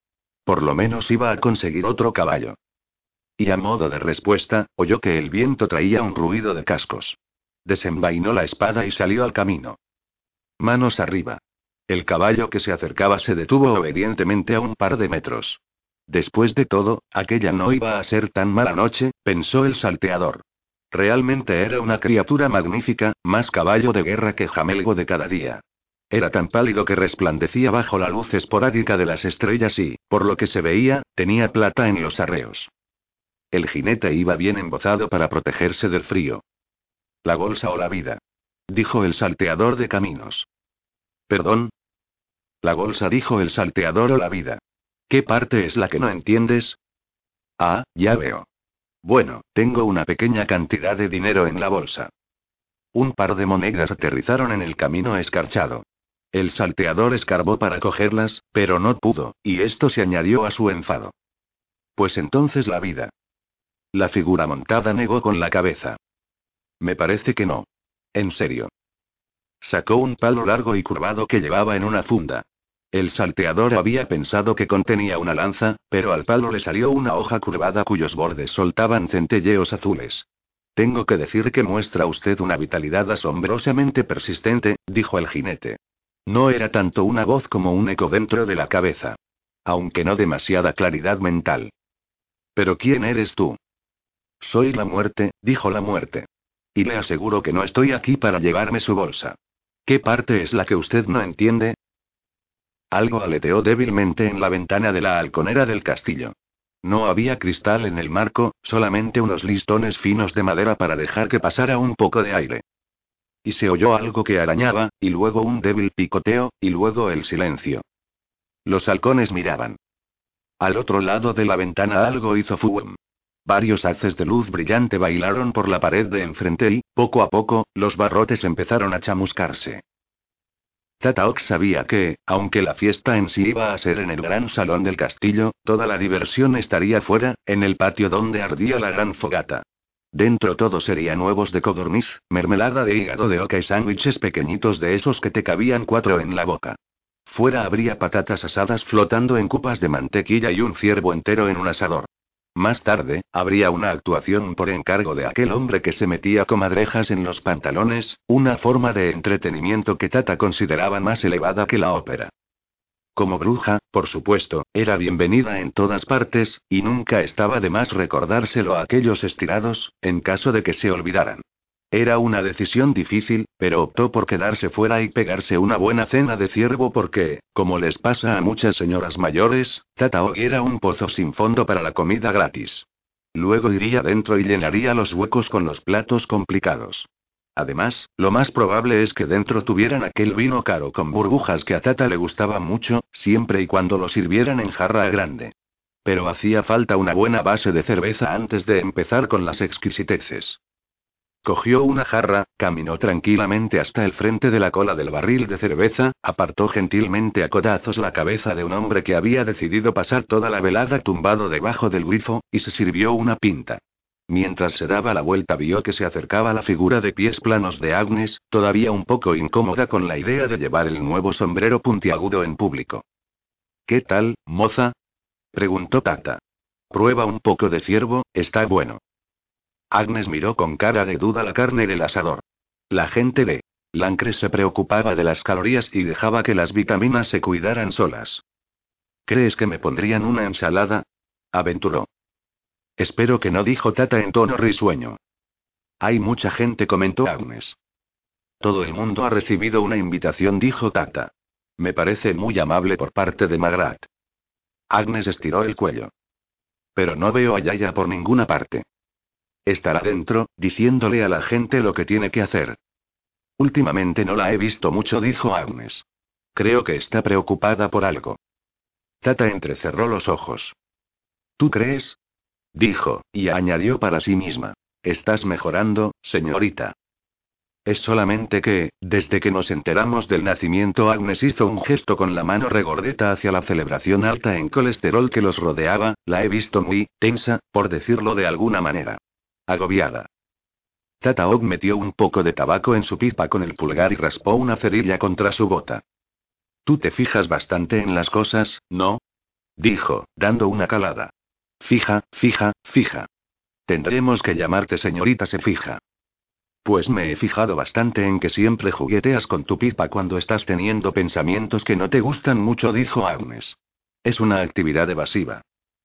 Por lo menos iba a conseguir otro caballo. Y a modo de respuesta, oyó que el viento traía un ruido de cascos. Desenvainó la espada y salió al camino. Manos arriba. El caballo que se acercaba se detuvo obedientemente a un par de metros. Después de todo, aquella no iba a ser tan mala noche, pensó el salteador. Realmente era una criatura magnífica, más caballo de guerra que jamelgo de cada día. Era tan pálido que resplandecía bajo la luz esporádica de las estrellas y, por lo que se veía, tenía plata en los arreos. El jinete iba bien embozado para protegerse del frío. ¿La bolsa o la vida?, dijo el salteador de caminos. ¿Perdón? La bolsa, dijo el salteador, o la vida. ¿Qué parte es la que no entiendes? Ah, ya veo. Bueno, tengo una pequeña cantidad de dinero en la bolsa. Un par de monedas aterrizaron en el camino escarchado. El salteador escarbó para cogerlas, pero no pudo, y esto se añadió a su enfado. Pues entonces la vida. La figura montada negó con la cabeza. Me parece que no. En serio. Sacó un palo largo y curvado que llevaba en una funda. El salteador había pensado que contenía una lanza, pero al palo le salió una hoja curvada cuyos bordes soltaban centelleos azules. Tengo que decir que muestra usted una vitalidad asombrosamente persistente, dijo el jinete. No era tanto una voz como un eco dentro de la cabeza. Aunque no demasiada claridad mental. ¿Pero quién eres tú? Soy la muerte, dijo la muerte. Y le aseguro que no estoy aquí para llevarme su bolsa. ¿Qué parte es la que usted no entiende? Algo aleteó débilmente en la ventana de la halconera del castillo. No había cristal en el marco, solamente unos listones finos de madera para dejar que pasara un poco de aire. Y se oyó algo que arañaba, y luego un débil picoteo, y luego el silencio. Los halcones miraban. Al otro lado de la ventana algo hizo fuem. Varios haces de luz brillante bailaron por la pared de enfrente y, poco a poco, los barrotes empezaron a chamuscarse. Tataok sabía que, aunque la fiesta en sí iba a ser en el gran salón del castillo, toda la diversión estaría fuera, en el patio donde ardía la gran fogata. Dentro todo sería huevos de codorniz, mermelada de hígado de oca y sándwiches pequeñitos de esos que te cabían cuatro en la boca. Fuera habría patatas asadas flotando en cupas de mantequilla y un ciervo entero en un asador. Más tarde, habría una actuación por encargo de aquel hombre que se metía comadrejas en los pantalones, una forma de entretenimiento que Tata consideraba más elevada que la ópera. Como bruja, por supuesto, era bienvenida en todas partes, y nunca estaba de más recordárselo a aquellos estirados, en caso de que se olvidaran. Era una decisión difícil, pero optó por quedarse fuera y pegarse una buena cena de ciervo porque, como les pasa a muchas señoras mayores, Tataog era un pozo sin fondo para la comida gratis. Luego iría dentro y llenaría los huecos con los platos complicados. Además, lo más probable es que dentro tuvieran aquel vino caro con burbujas que a Tata le gustaba mucho, siempre y cuando lo sirvieran en jarra grande. Pero hacía falta una buena base de cerveza antes de empezar con las exquisiteces. Cogió una jarra, caminó tranquilamente hasta el frente de la cola del barril de cerveza, apartó gentilmente a codazos la cabeza de un hombre que había decidido pasar toda la velada tumbado debajo del grifo, y se sirvió una pinta. Mientras se daba la vuelta vio que se acercaba la figura de pies planos de Agnes, todavía un poco incómoda con la idea de llevar el nuevo sombrero puntiagudo en público. ¿Qué tal, moza?, preguntó Tata. Prueba un poco de ciervo, está bueno. Agnes miró con cara de duda la carne del asador. La gente de Lancres se preocupaba de las calorías y dejaba que las vitaminas se cuidaran solas. ¿Crees que me pondrían una ensalada?, aventuró. Espero que no, dijo Tata en tono risueño. Hay mucha gente, comentó Agnes. Todo el mundo ha recibido una invitación, dijo Tata. Me parece muy amable por parte de Magrat. Agnes estiró el cuello. Pero no veo a Yaya por ninguna parte. Estará dentro, diciéndole a la gente lo que tiene que hacer. Últimamente no la he visto mucho, dijo Agnes. Creo que está preocupada por algo. Tata entrecerró los ojos. ¿Tú crees?, dijo, y añadió para sí misma. Estás mejorando, señorita. Es solamente que, desde que nos enteramos del nacimiento, Agnes hizo un gesto con la mano regordeta hacia la celebración alta en colesterol que los rodeaba, la he visto muy tensa, por decirlo de alguna manera. Agobiada. Tataog metió un poco de tabaco en su pipa con el pulgar y raspó una cerilla contra su bota. Tú te fijas bastante en las cosas, ¿no? dijo, dando una calada. Fija, fija, fija. Tendremos que llamarte señorita Se Fija. Pues me he fijado bastante en que siempre jugueteas con tu pipa cuando estás teniendo pensamientos que no te gustan mucho, dijo Agnes. Es una actividad evasiva.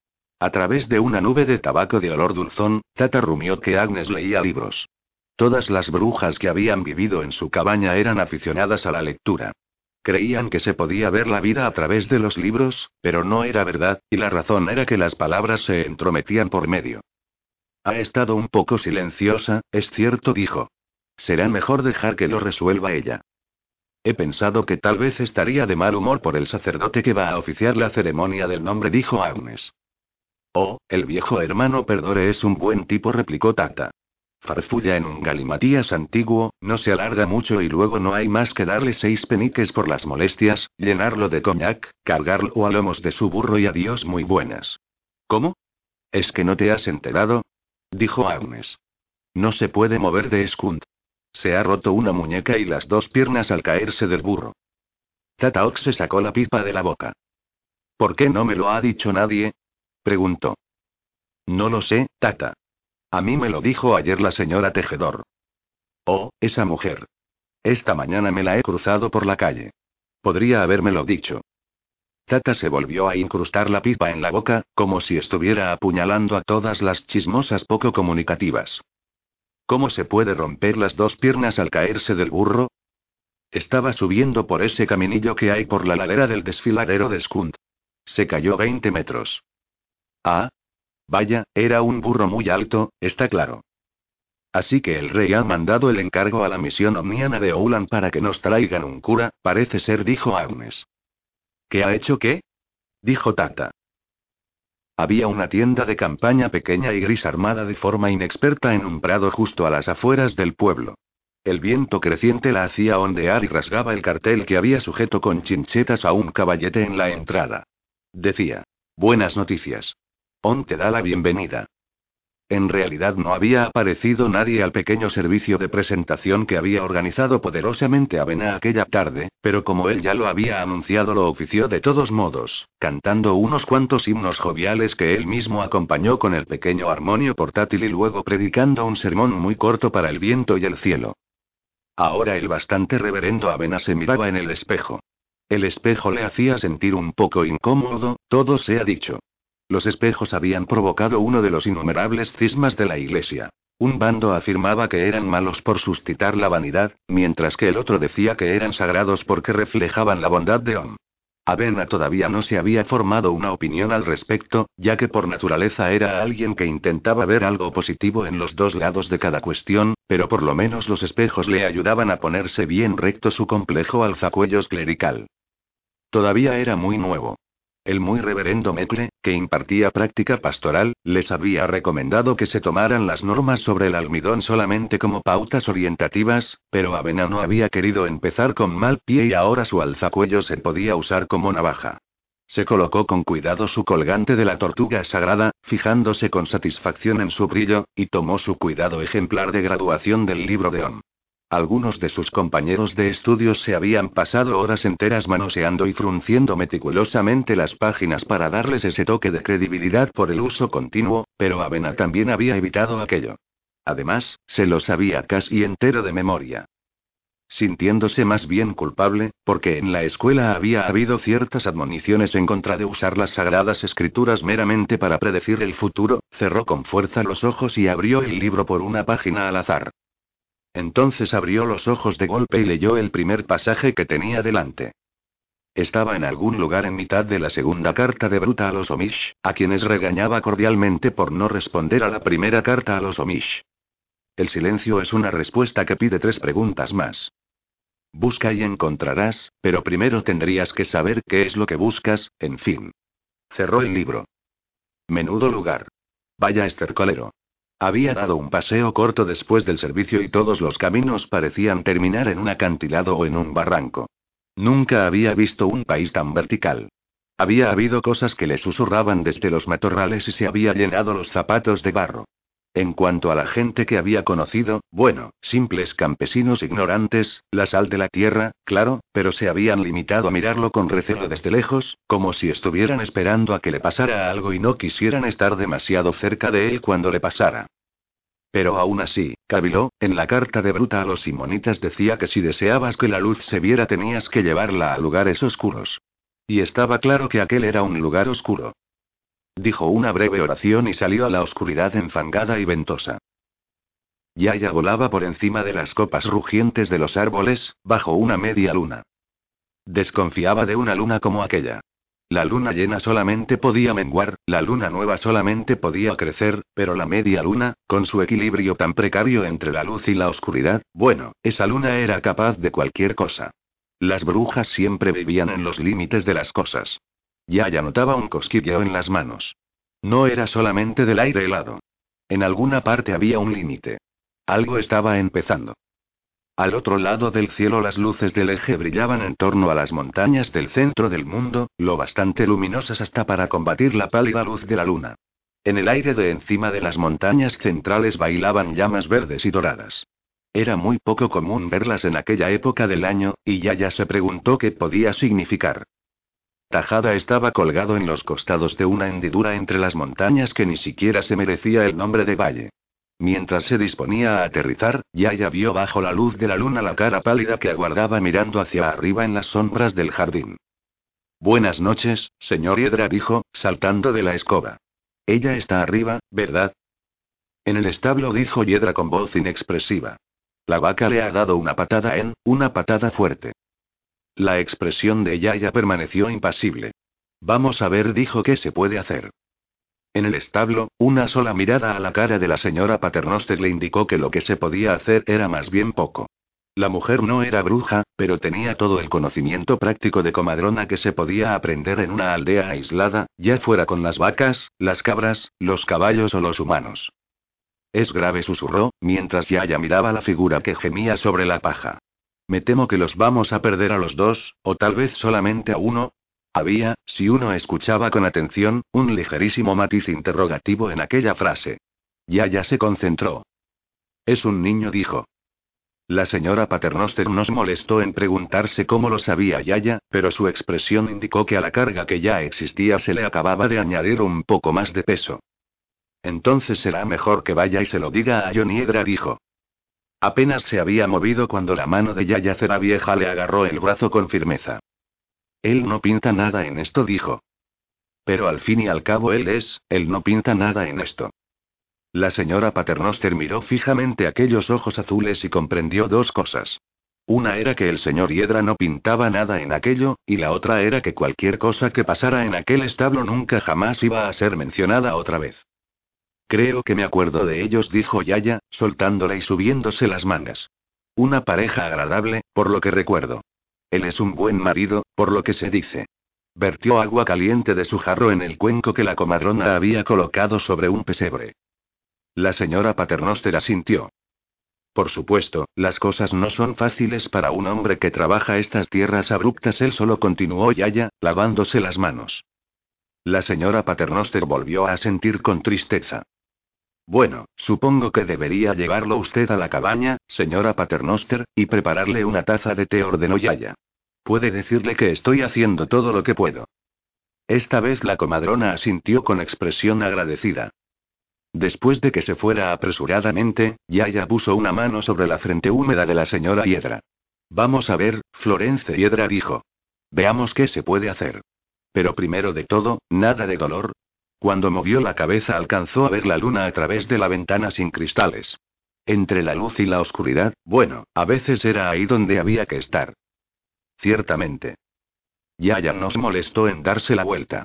A través de una nube de tabaco de olor dulzón, Tata rumió que Agnes leía libros. Todas las brujas que habían vivido en su cabaña eran aficionadas a la lectura. Creían que se podía ver la vida a través de los libros, pero no era verdad, y la razón era que las palabras se entrometían por medio. Ha estado un poco silenciosa, es cierto, dijo. Será mejor dejar que lo resuelva ella. He pensado que tal vez estaría de mal humor por el sacerdote que va a oficiar la ceremonia del nombre, dijo Agnes. Oh, el viejo hermano Perdore es un buen tipo, replicó Tata. Farfulla en un galimatías antiguo, no se alarga mucho y luego no hay más que darle seis peniques por las molestias, llenarlo de coñac, cargarlo a lomos de su burro y adiós muy buenas. ¿Cómo? ¿Es que no te has enterado? Dijo Agnes. No se puede mover de Skund. Se ha roto una muñeca y las dos piernas al caerse del burro. Tata Ox se sacó la pipa de la boca. ¿Por qué no me lo ha dicho nadie? Preguntó. No lo sé, Tata. A mí me lo dijo ayer la señora Tejedor. Oh, esa mujer. Esta mañana me la he cruzado por la calle. Podría habérmelo dicho. Tata se volvió a incrustar la pipa en la boca, como si estuviera apuñalando a todas las chismosas poco comunicativas. ¿Cómo se puede romper las dos piernas al caerse del burro? Estaba subiendo por ese caminillo que hay por la ladera del desfiladero de Skund. Se cayó veinte metros. Ah. Vaya, era un burro muy alto, está claro. Así que el rey ha mandado el encargo a la misión omniana de Oulan para que nos traigan un cura, parece ser, dijo Agnes. ¿Qué ha hecho qué? Dijo Tata. Había una tienda de campaña pequeña y gris armada de forma inexperta en un prado justo a las afueras del pueblo. El viento creciente la hacía ondear y rasgaba el cartel que había sujeto con chinchetas a un caballete en la entrada. Decía: Buenas noticias. On te da la bienvenida. En realidad no había aparecido nadie al pequeño servicio de presentación que había organizado poderosamente Avena aquella tarde, pero como él ya lo había anunciado, lo ofició de todos modos, cantando unos cuantos himnos joviales que él mismo acompañó con el pequeño armonio portátil y luego predicando un sermón muy corto para el viento y el cielo. Ahora el bastante reverendo Avena se miraba en el espejo. El espejo le hacía sentir un poco incómodo, todo se ha dicho. Los espejos habían provocado uno de los innumerables cismas de la iglesia. Un bando afirmaba que eran malos por suscitar la vanidad, mientras que el otro decía que eran sagrados porque reflejaban la bondad de Om. Avena todavía no se había formado una opinión al respecto, ya que por naturaleza era alguien que intentaba ver algo positivo en los dos lados de cada cuestión, pero por lo menos los espejos le ayudaban a ponerse bien recto su complejo alzacuellos clerical. Todavía era muy nuevo. El muy reverendo Mecle, que impartía práctica pastoral, les había recomendado que se tomaran las normas sobre el almidón solamente como pautas orientativas, pero Avena no había querido empezar con mal pie y ahora su alzacuello se podía usar como navaja. Se colocó con cuidado su colgante de la tortuga sagrada, fijándose con satisfacción en su brillo, y tomó su cuidado ejemplar de graduación del libro de Om. Algunos de sus compañeros de estudios se habían pasado horas enteras manoseando y frunciendo meticulosamente las páginas para darles ese toque de credibilidad por el uso continuo, pero Avena también había evitado aquello. Además, se lo sabía casi entero de memoria. Sintiéndose más bien culpable, porque en la escuela había habido ciertas admoniciones en contra de usar las sagradas escrituras meramente para predecir el futuro, cerró con fuerza los ojos y abrió el libro por una página al azar. Entonces abrió los ojos de golpe y leyó el primer pasaje que tenía delante. Estaba en algún lugar en mitad de la segunda carta de Bruta a los Omish, a quienes regañaba cordialmente por no responder a la primera carta a los Omish. El silencio es una respuesta que pide tres preguntas más. Busca y encontrarás, pero primero tendrías que saber qué es lo que buscas, en fin. Cerró el libro. Menudo lugar. Vaya estercolero. Había dado un paseo corto después del servicio y todos los caminos parecían terminar en un acantilado o en un barranco. Nunca había visto un país tan vertical. Había habido cosas que le susurraban desde los matorrales y se había llenado los zapatos de barro. En cuanto a la gente que había conocido, bueno, simples campesinos ignorantes, la sal de la tierra, claro, pero se habían limitado a mirarlo con recelo desde lejos, como si estuvieran esperando a que le pasara algo y no quisieran estar demasiado cerca de él cuando le pasara. Pero aún así, caviló, en la carta de Bruta a los simonitas decía que si deseabas que la luz se viera tenías que llevarla a lugares oscuros. Y estaba claro que aquel era un lugar oscuro. Dijo una breve oración y salió a la oscuridad enfangada y ventosa. Yaya volaba por encima de las copas rugientes de los árboles, bajo una media luna. Desconfiaba de una luna como aquella. La luna llena solamente podía menguar, la luna nueva solamente podía crecer, pero la media luna, con su equilibrio tan precario entre la luz y la oscuridad, bueno, esa luna era capaz de cualquier cosa. Las brujas siempre vivían en los límites de las cosas. Yaya notaba un cosquilleo en las manos. No era solamente del aire helado. En alguna parte había un límite. Algo estaba empezando. Al otro lado del cielo las luces del eje brillaban en torno a las montañas del centro del mundo, lo bastante luminosas hasta para combatir la pálida luz de la luna. En el aire de encima de las montañas centrales bailaban llamas verdes y doradas. Era muy poco común verlas en aquella época del año, y Yaya se preguntó qué podía significar. Tajada estaba colgado en los costados de una hendidura entre las montañas que ni siquiera se merecía el nombre de valle. Mientras se disponía a aterrizar, Yaya vio bajo la luz de la luna la cara pálida que aguardaba mirando hacia arriba en las sombras del jardín. Buenas noches, señor Hiedra, dijo, saltando de la escoba. Ella está arriba, ¿verdad? En el establo, dijo Hiedra con voz inexpresiva. La vaca le ha dado una patada en, una patada fuerte. La expresión de Yaya permaneció impasible. Vamos a ver, dijo, ¿qué se puede hacer? En el establo, una sola mirada a la cara de la señora Paternoster le indicó que lo que se podía hacer era más bien poco. La mujer no era bruja, pero tenía todo el conocimiento práctico de comadrona que se podía aprender en una aldea aislada, ya fuera con las vacas, las cabras, los caballos o los humanos. Es grave, susurró, mientras Yaya miraba la figura que gemía sobre la paja. Me temo que los vamos a perder a los dos, o tal vez solamente a uno. Había, si uno escuchaba con atención, un ligerísimo matiz interrogativo en aquella frase. Yaya se concentró. Es un niño, dijo. La señora Paternoster no se molestó en preguntarse cómo lo sabía Yaya, pero su expresión indicó que a la carga que ya existía se le acababa de añadir un poco más de peso. Entonces será mejor que vaya y se lo diga a John Hiedra, dijo. Apenas se había movido cuando la mano de Yaya Ceravieja le agarró el brazo con firmeza. Él no pinta nada en esto, dijo. Pero al fin y al cabo él es, él no pinta nada en esto. La señora Paternoster miró fijamente aquellos ojos azules y comprendió dos cosas. Una era que el señor Hiedra no pintaba nada en aquello, y la otra era que cualquier cosa que pasara en aquel establo nunca jamás iba a ser mencionada otra vez. Creo que me acuerdo de ellos, dijo Yaya, soltándole y subiéndose las mangas. Una pareja agradable, por lo que recuerdo. Él es un buen marido, por lo que se dice. Vertió agua caliente de su jarro en el cuenco que la comadrona había colocado sobre un pesebre. La señora Paternoster asintió. Por supuesto, las cosas no son fáciles para un hombre que trabaja estas tierras abruptas. Él solo, continuó Yaya, lavándose las manos. La señora Paternoster volvió a asentir con tristeza. Bueno, supongo que debería llevarlo usted a la cabaña, señora Paternoster, y prepararle una taza de té, ordenó Yaya. Puede decirle que estoy haciendo todo lo que puedo. Esta vez la comadrona asintió con expresión agradecida. Después de que se fuera apresuradamente, Yaya puso una mano sobre la frente húmeda de la señora Hiedra. Vamos a ver, Florence Hiedra, dijo. Veamos qué se puede hacer. Pero primero de todo, nada de dolor. Cuando movió la cabeza alcanzó a ver la luna a través de la ventana sin cristales. Entre la luz y la oscuridad, bueno, a veces era ahí donde había que estar. Ciertamente. Yaya no se molestó en darse la vuelta.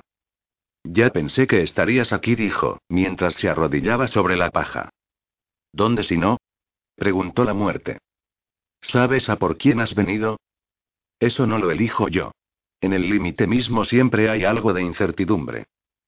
Ya pensé que estarías aquí, dijo, mientras se arrodillaba sobre la paja. ¿Dónde si no? Preguntó la muerte. ¿Sabes a por quién has venido? Eso no lo elijo yo. En el límite mismo siempre hay algo de incertidumbre.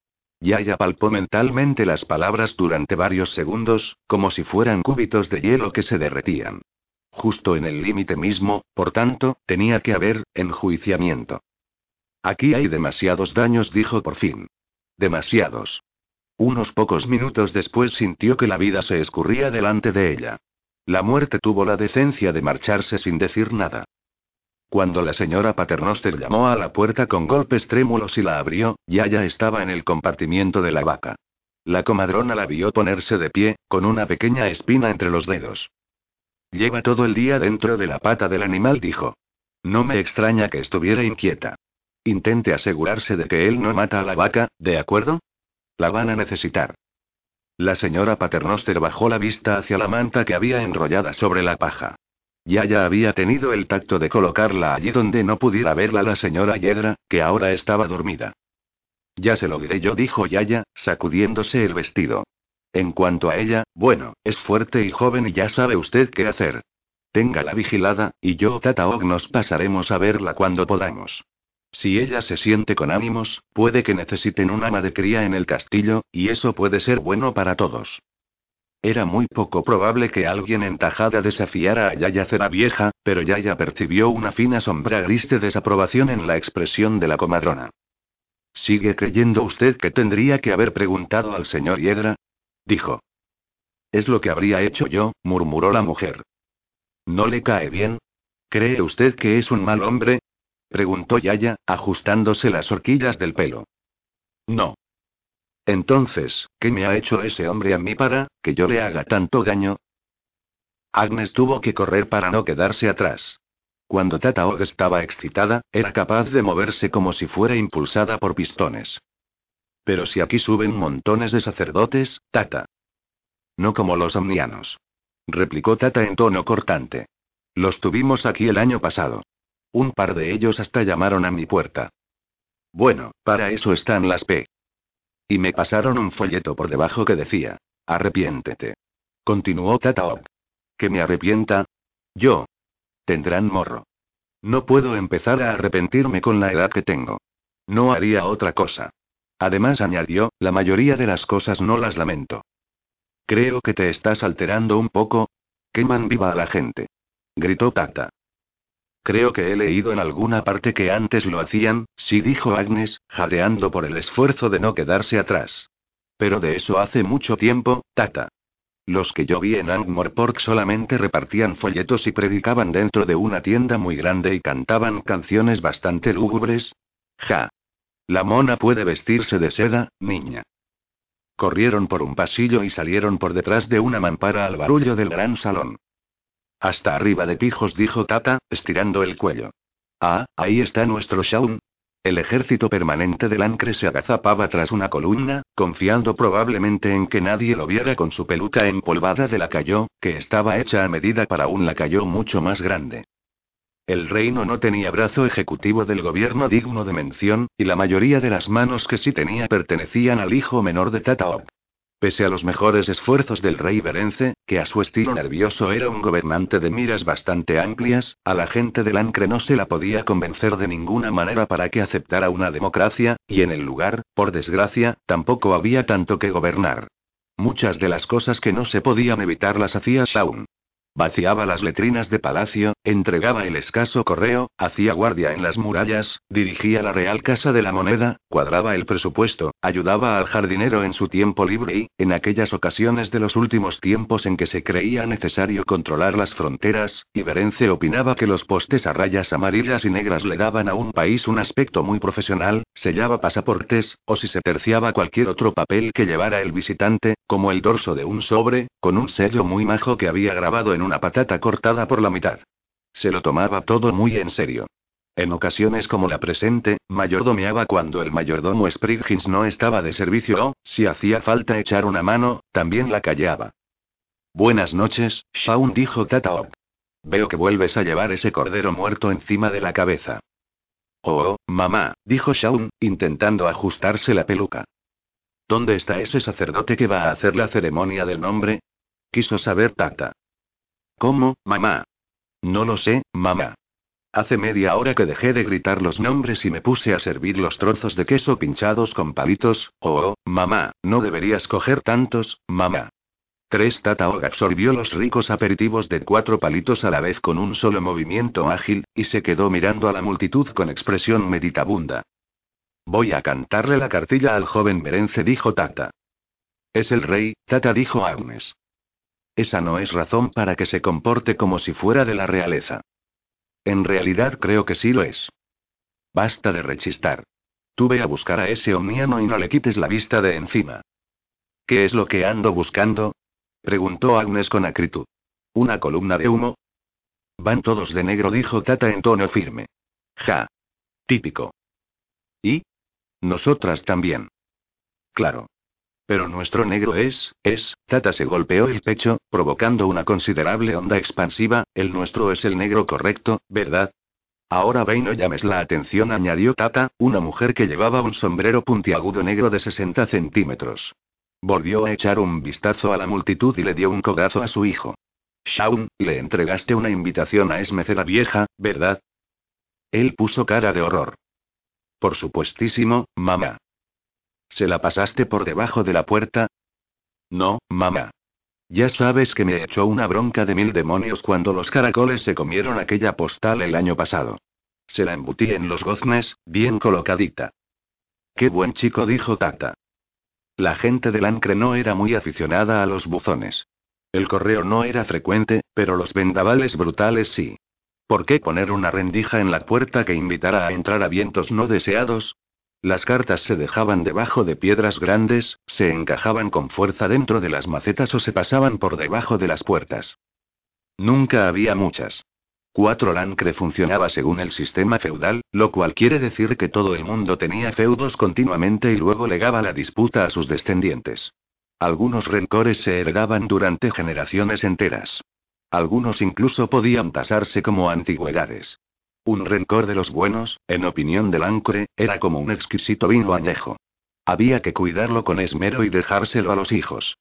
Yaya palpó mentalmente las palabras durante varios segundos, como si fueran cúbitos de hielo que se derretían. Justo en el límite mismo, por tanto, tenía que haber enjuiciamiento. Aquí hay demasiados daños, dijo por fin. Demasiados. Unos pocos minutos después sintió que la vida se escurría delante de ella. La muerte tuvo la decencia de marcharse sin decir nada. Cuando la señora Paternoster llamó a la puerta con golpes trémulos y la abrió, Yaya estaba en el compartimiento de la vaca. La comadrona la vio ponerse de pie, con una pequeña espina entre los dedos. Lleva todo el día dentro de la pata del animal, dijo. No me extraña que estuviera inquieta. Intente asegurarse de que él no mata a la vaca, ¿de acuerdo? La van a necesitar. La señora Paternoster bajó la vista hacia la manta que había enrollada sobre la paja. Yaya había tenido el tacto de colocarla allí donde no pudiera verla la señora Yedra, que ahora estaba dormida. Ya se lo diré yo, dijo Yaya, sacudiéndose el vestido. En cuanto a ella, bueno, es fuerte y joven y ya sabe usted qué hacer. Téngala vigilada, y yo o Tata Og nos pasaremos a verla cuando podamos. Si ella se siente con ánimos, puede que necesiten un ama de cría en el castillo, y eso puede ser bueno para todos. Era muy poco probable que alguien en Tajada desafiara a Yaya Ceravieja, pero Yaya percibió una fina sombra gris de desaprobación en la expresión de la comadrona. ¿Sigue creyendo usted que tendría que haber preguntado al señor Yedra? Dijo. Es lo que habría hecho yo, murmuró la mujer. ¿No le cae bien? ¿Cree usted que es un mal hombre? Preguntó Yaya, ajustándose las horquillas del pelo. No. Entonces, ¿qué me ha hecho ese hombre a mí para que yo le haga tanto daño? Agnes tuvo que correr para no quedarse atrás. Cuando Tata Og estaba excitada, era capaz de moverse como si fuera impulsada por pistones. Pero si aquí suben montones de sacerdotes, Tata. No como los omnianos. Replicó Tata en tono cortante. Los tuvimos aquí el año pasado. Un par de ellos hasta llamaron a mi puerta. Bueno, para eso están las P. Y me pasaron un folleto por debajo que decía, arrepiéntete. Continuó Tata Og. ¿Que me arrepienta? Yo. Tendrán morro. No puedo empezar a arrepentirme con la edad que tengo. No haría otra cosa. Además, añadió, la mayoría de las cosas no las lamento. Creo que te estás alterando un poco. Queman viva a la gente. Gritó Tata. Creo que he leído en alguna parte que antes lo hacían, sí, dijo Agnes, jadeando por el esfuerzo de no quedarse atrás. Pero de eso hace mucho tiempo, Tata. Los que yo vi en Ankh-Morpork solamente repartían folletos y predicaban dentro de una tienda muy grande y cantaban canciones bastante lúgubres. Ja. La mona puede vestirse de seda, niña. Corrieron por un pasillo y salieron por detrás de una mampara al barullo del gran salón. Hasta arriba de pijos, dijo Tata, estirando el cuello. Ah, ahí está nuestro Shaun. El ejército permanente del Ancre se agazapaba tras una columna, confiando probablemente en que nadie lo viera con su peluca empolvada de lacayo, que estaba hecha a medida para un lacayo mucho más grande. El reino no tenía brazo ejecutivo del gobierno digno de mención, y la mayoría de las manos que sí tenía pertenecían al hijo menor de Tata Og. Pese a los mejores esfuerzos del rey Berence, que a su estilo nervioso era un gobernante de miras bastante amplias, a la gente del Ancre no se la podía convencer de ninguna manera para que aceptara una democracia, y en el lugar, por desgracia, tampoco había tanto que gobernar. Muchas de las cosas que no se podían evitar las hacía Shaun. Vaciaba las letrinas de palacio, entregaba el escaso correo, hacía guardia en las murallas, dirigía la Real Casa de la Moneda, cuadraba el presupuesto, ayudaba al jardinero en su tiempo libre y, en aquellas ocasiones de los últimos tiempos en que se creía necesario controlar las fronteras, y Berence opinaba que los postes a rayas amarillas y negras le daban a un país un aspecto muy profesional, sellaba pasaportes, o si se terciaba cualquier otro papel que llevara el visitante, como el dorso de un sobre, con un sello muy majo que había grabado en una patata cortada por la mitad. Se lo tomaba todo muy en serio. En ocasiones como la presente, mayordomeaba cuando el mayordomo Spriggins no estaba de servicio o, si hacía falta echar una mano, también la callaba. Buenas noches, Shaun, dijo Tata Og. Veo que vuelves a llevar ese cordero muerto encima de la cabeza. Oh, mamá, dijo Shaun, intentando ajustarse la peluca. ¿Dónde está ese sacerdote que va a hacer la ceremonia del nombre? Quiso saber Tata. ¿Cómo, mamá? No lo sé, mamá. Hace media hora que dejé de gritar los nombres y me puse a servir los trozos de queso pinchados con palitos. Oh, mamá, no deberías coger tantos, mamá. Tres Tata Og absorbió los ricos aperitivos de cuatro palitos a la vez con un solo movimiento ágil, y se quedó mirando a la multitud con expresión meditabunda. Voy a cantarle la cartilla al joven Berence, dijo Tata. Es el rey, Tata, dijo Agnes. Esa no es razón para que se comporte como si fuera de la realeza. En realidad creo que sí lo es. Basta de rechistar. Tú ve a buscar a ese omniano y no le quites la vista de encima. ¿Qué es lo que ando buscando? Preguntó Agnes con acritud. ¿Una columna de humo? Van todos de negro, dijo Tata en tono firme. Ja. Típico. ¿Y? Nosotras también. Claro. Pero nuestro negro es, es, Tata se golpeó el pecho, provocando una considerable onda expansiva, el nuestro es el negro correcto, ¿verdad? Ahora ve y no llames la atención, añadió Tata, una mujer que llevaba un sombrero puntiagudo negro de sesenta centímetros. Volvió a echar un vistazo a la multitud y le dio un codazo a su hijo. Shaun, le entregaste una invitación a Esme la vieja, ¿verdad? Él puso cara de horror. Por supuestísimo, mamá. ¿Se la pasaste por debajo de la puerta? No, mamá. Ya sabes que me echó una bronca de mil demonios cuando los caracoles se comieron aquella postal el año pasado. Se la embutí en los goznes, bien colocadita. Qué buen chico, dijo Tata. La gente del Ancre no era muy aficionada a los buzones. El correo no era frecuente, pero los vendavales brutales sí. ¿Por qué poner una rendija en la puerta que invitara a entrar a vientos no deseados? Las cartas se dejaban debajo de piedras grandes, se encajaban con fuerza dentro de las macetas o se pasaban por debajo de las puertas. Nunca había muchas. Cuatro Lancre funcionaba según el sistema feudal, lo cual quiere decir que todo el mundo tenía feudos continuamente y luego legaba la disputa a sus descendientes. Algunos rencores se heredaban durante generaciones enteras. Algunos incluso podían tasarse como antigüedades. Un rencor de los buenos, en opinión del Ancre, era como un exquisito vino añejo. Había que cuidarlo con esmero y dejárselo a los hijos.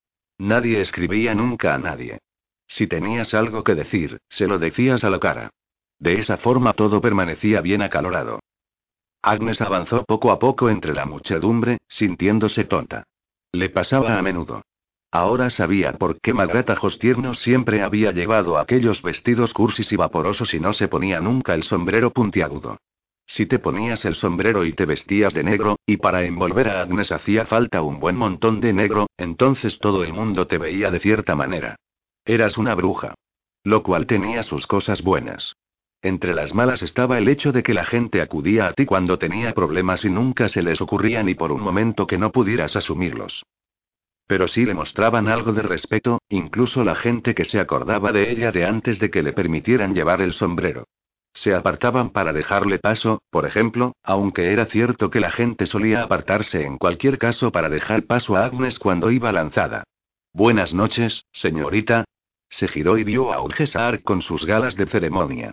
Nadie escribía nunca a nadie. Si tenías algo que decir, se lo decías a la cara. De esa forma todo permanecía bien acalorado. Agnes avanzó poco a poco entre la muchedumbre, sintiéndose tonta. Le pasaba a menudo. Ahora sabía por qué Magratajos Tiernos siempre había llevado aquellos vestidos cursis y vaporosos y no se ponía nunca el sombrero puntiagudo. Si te ponías el sombrero y te vestías de negro, y para envolver a Agnes hacía falta un buen montón de negro, entonces todo el mundo te veía de cierta manera. Eras una bruja. Lo cual tenía sus cosas buenas. Entre las malas estaba el hecho de que la gente acudía a ti cuando tenía problemas y nunca se les ocurría ni por un momento que no pudieras asumirlos. Pero sí le mostraban algo de respeto, incluso la gente que se acordaba de ella de antes de que le permitieran llevar el sombrero. Se apartaban para dejarle paso, por ejemplo, aunque era cierto que la gente solía apartarse en cualquier caso para dejar paso a Agnes cuando iba lanzada. Buenas noches, señorita. Se giró y vio a Urgesar con sus galas de ceremonia.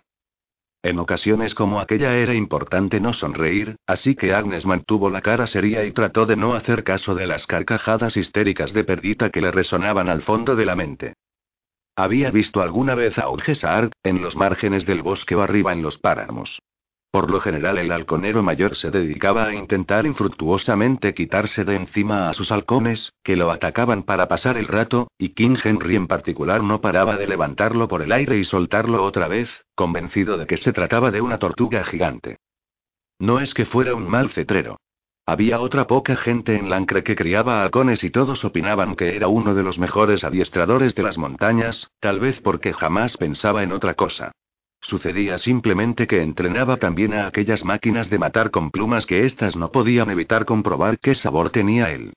En ocasiones como aquella era importante no sonreír, así que Agnes mantuvo la cara seria y trató de no hacer caso de las carcajadas histéricas de Perdita que le resonaban al fondo de la mente. Había visto alguna vez a Urgesar, en los márgenes del bosque o arriba en los páramos. Por lo general el halconero mayor se dedicaba a intentar infructuosamente quitarse de encima a sus halcones, que lo atacaban para pasar el rato, y King Henry en particular no paraba de levantarlo por el aire y soltarlo otra vez, convencido de que se trataba de una tortuga gigante. No es que fuera un mal cetrero. Había otra poca gente en Lancre que criaba halcones y todos opinaban que era uno de los mejores adiestradores de las montañas, tal vez porque jamás pensaba en otra cosa. Sucedía simplemente que entrenaba también a aquellas máquinas de matar con plumas que éstas no podían evitar comprobar qué sabor tenía él.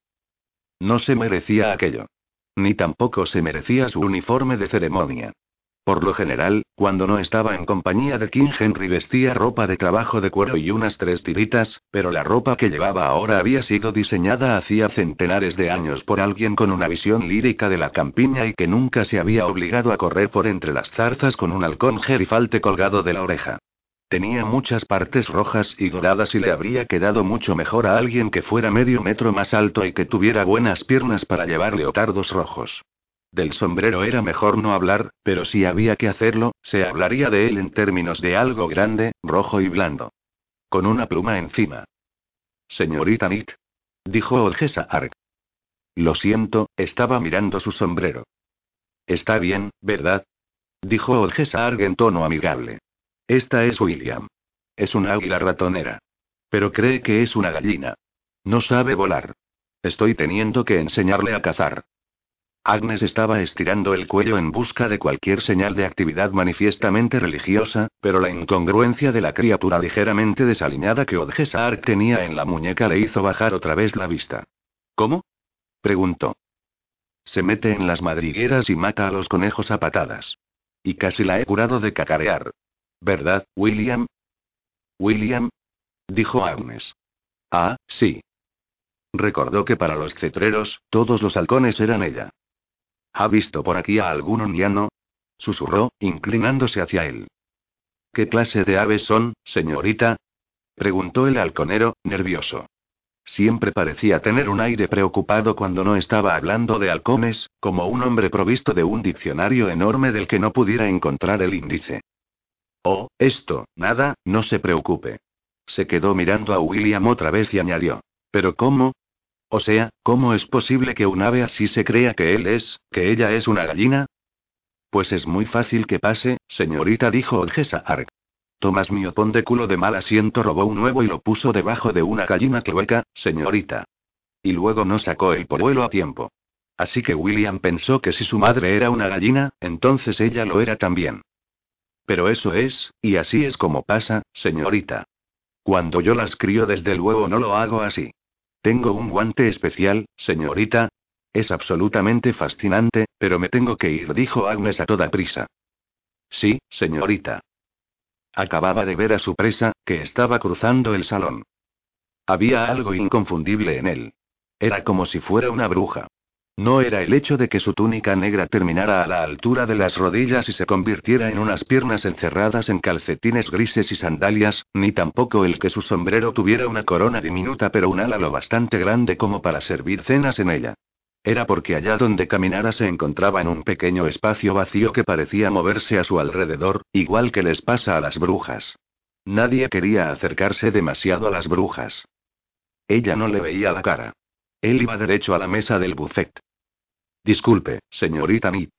No se merecía aquello. Ni tampoco se merecía su uniforme de ceremonia. Por lo general, cuando no estaba en compañía de King Henry vestía ropa de trabajo de cuero y unas tres tiritas, pero la ropa que llevaba ahora había sido diseñada hacía centenares de años por alguien con una visión lírica de la campiña y que nunca se había obligado a correr por entre las zarzas con un halcón gerifalte colgado de la oreja. Tenía muchas partes rojas y doradas y le habría quedado mucho mejor a alguien que fuera medio metro más alto y que tuviera buenas piernas para llevar leotardos rojos. Del sombrero era mejor no hablar, pero si había que hacerlo, se hablaría de él en términos de algo grande, rojo y blando. Con una pluma encima. Señorita Nit. Dijo Odgesark. Lo siento, estaba mirando su sombrero. Está bien, ¿verdad? Dijo Odgesark en tono amigable. Esta es William. Es una águila ratonera. Pero cree que es una gallina. No sabe volar. Estoy teniendo que enseñarle a cazar. Agnes estaba estirando el cuello en busca de cualquier señal de actividad manifiestamente religiosa, pero la incongruencia de la criatura ligeramente desaliñada que Odgesark tenía en la muñeca le hizo bajar otra vez la vista. ¿Cómo? Preguntó. Se mete en las madrigueras y mata a los conejos a patadas. Y casi la he curado de cacarear. ¿Verdad, William? William, dijo Agnes. Ah, sí. Recordó que para los cetreros, todos los halcones eran ella. ¿Ha visto por aquí a algún ondiano? Susurró, inclinándose hacia él. ¿Qué clase de aves son, señorita? Preguntó el halconero, nervioso. Siempre parecía tener un aire preocupado cuando no estaba hablando de halcones, como un hombre provisto de un diccionario enorme del que no pudiera encontrar el índice. Oh, esto, nada, no se preocupe. Se quedó mirando a William otra vez y añadió. ¿Pero cómo? O sea, ¿cómo es posible que un ave así se crea que él es, que ella es una gallina? Pues es muy fácil que pase, señorita, dijo Odgesark. Tomás miopón de culo de mal asiento robó un huevo y lo puso debajo de una gallina clueca, señorita. Y luego no sacó el polluelo a tiempo. Así que William pensó que si su madre era una gallina, entonces ella lo era también. Pero eso es, y así es como pasa, señorita. Cuando yo las crío desde luego no lo hago así. Tengo un guante especial, señorita. Es absolutamente fascinante, pero me tengo que ir, dijo Agnes a toda prisa. Sí, señorita. Acababa de ver a su presa, que estaba cruzando el salón. Había algo inconfundible en él. Era como si fuera una bruja. No era el hecho de que su túnica negra terminara a la altura de las rodillas y se convirtiera en unas piernas encerradas en calcetines grises y sandalias, ni tampoco el que su sombrero tuviera una corona diminuta pero un ala lo bastante grande como para servir cenas en ella. Era porque allá donde caminara se encontraba en un pequeño espacio vacío que parecía moverse a su alrededor, igual que les pasa a las brujas. Nadie quería acercarse demasiado a las brujas. Ella no le veía la cara. Él iba derecho a la mesa del buffet. Disculpe, señorita Mead.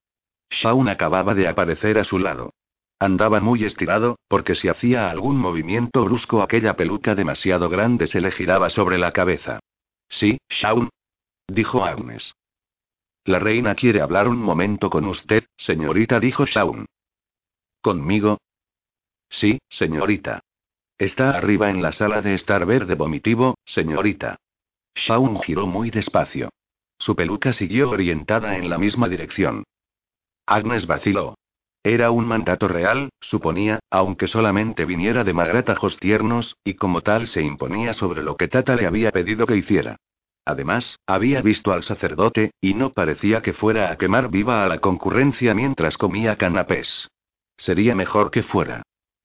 Shaun acababa de aparecer a su lado. Andaba muy estirado, porque si hacía algún movimiento brusco aquella peluca demasiado grande se le giraba sobre la cabeza. Sí, Shaun, dijo Agnes. La reina quiere hablar un momento con usted, señorita, dijo Shaun. ¿Conmigo? Sí, señorita. Está arriba en la sala de estar verde vomitivo, señorita. Shaun giró muy despacio. Su peluca siguió orientada en la misma dirección. Agnes vaciló. Era un mandato real, suponía, aunque solamente viniera de magratajos tiernos, y como tal se imponía sobre lo que Tata le había pedido que hiciera. Además, había visto al sacerdote, y no parecía que fuera a quemar viva a la concurrencia mientras comía canapés. Sería mejor que fuera.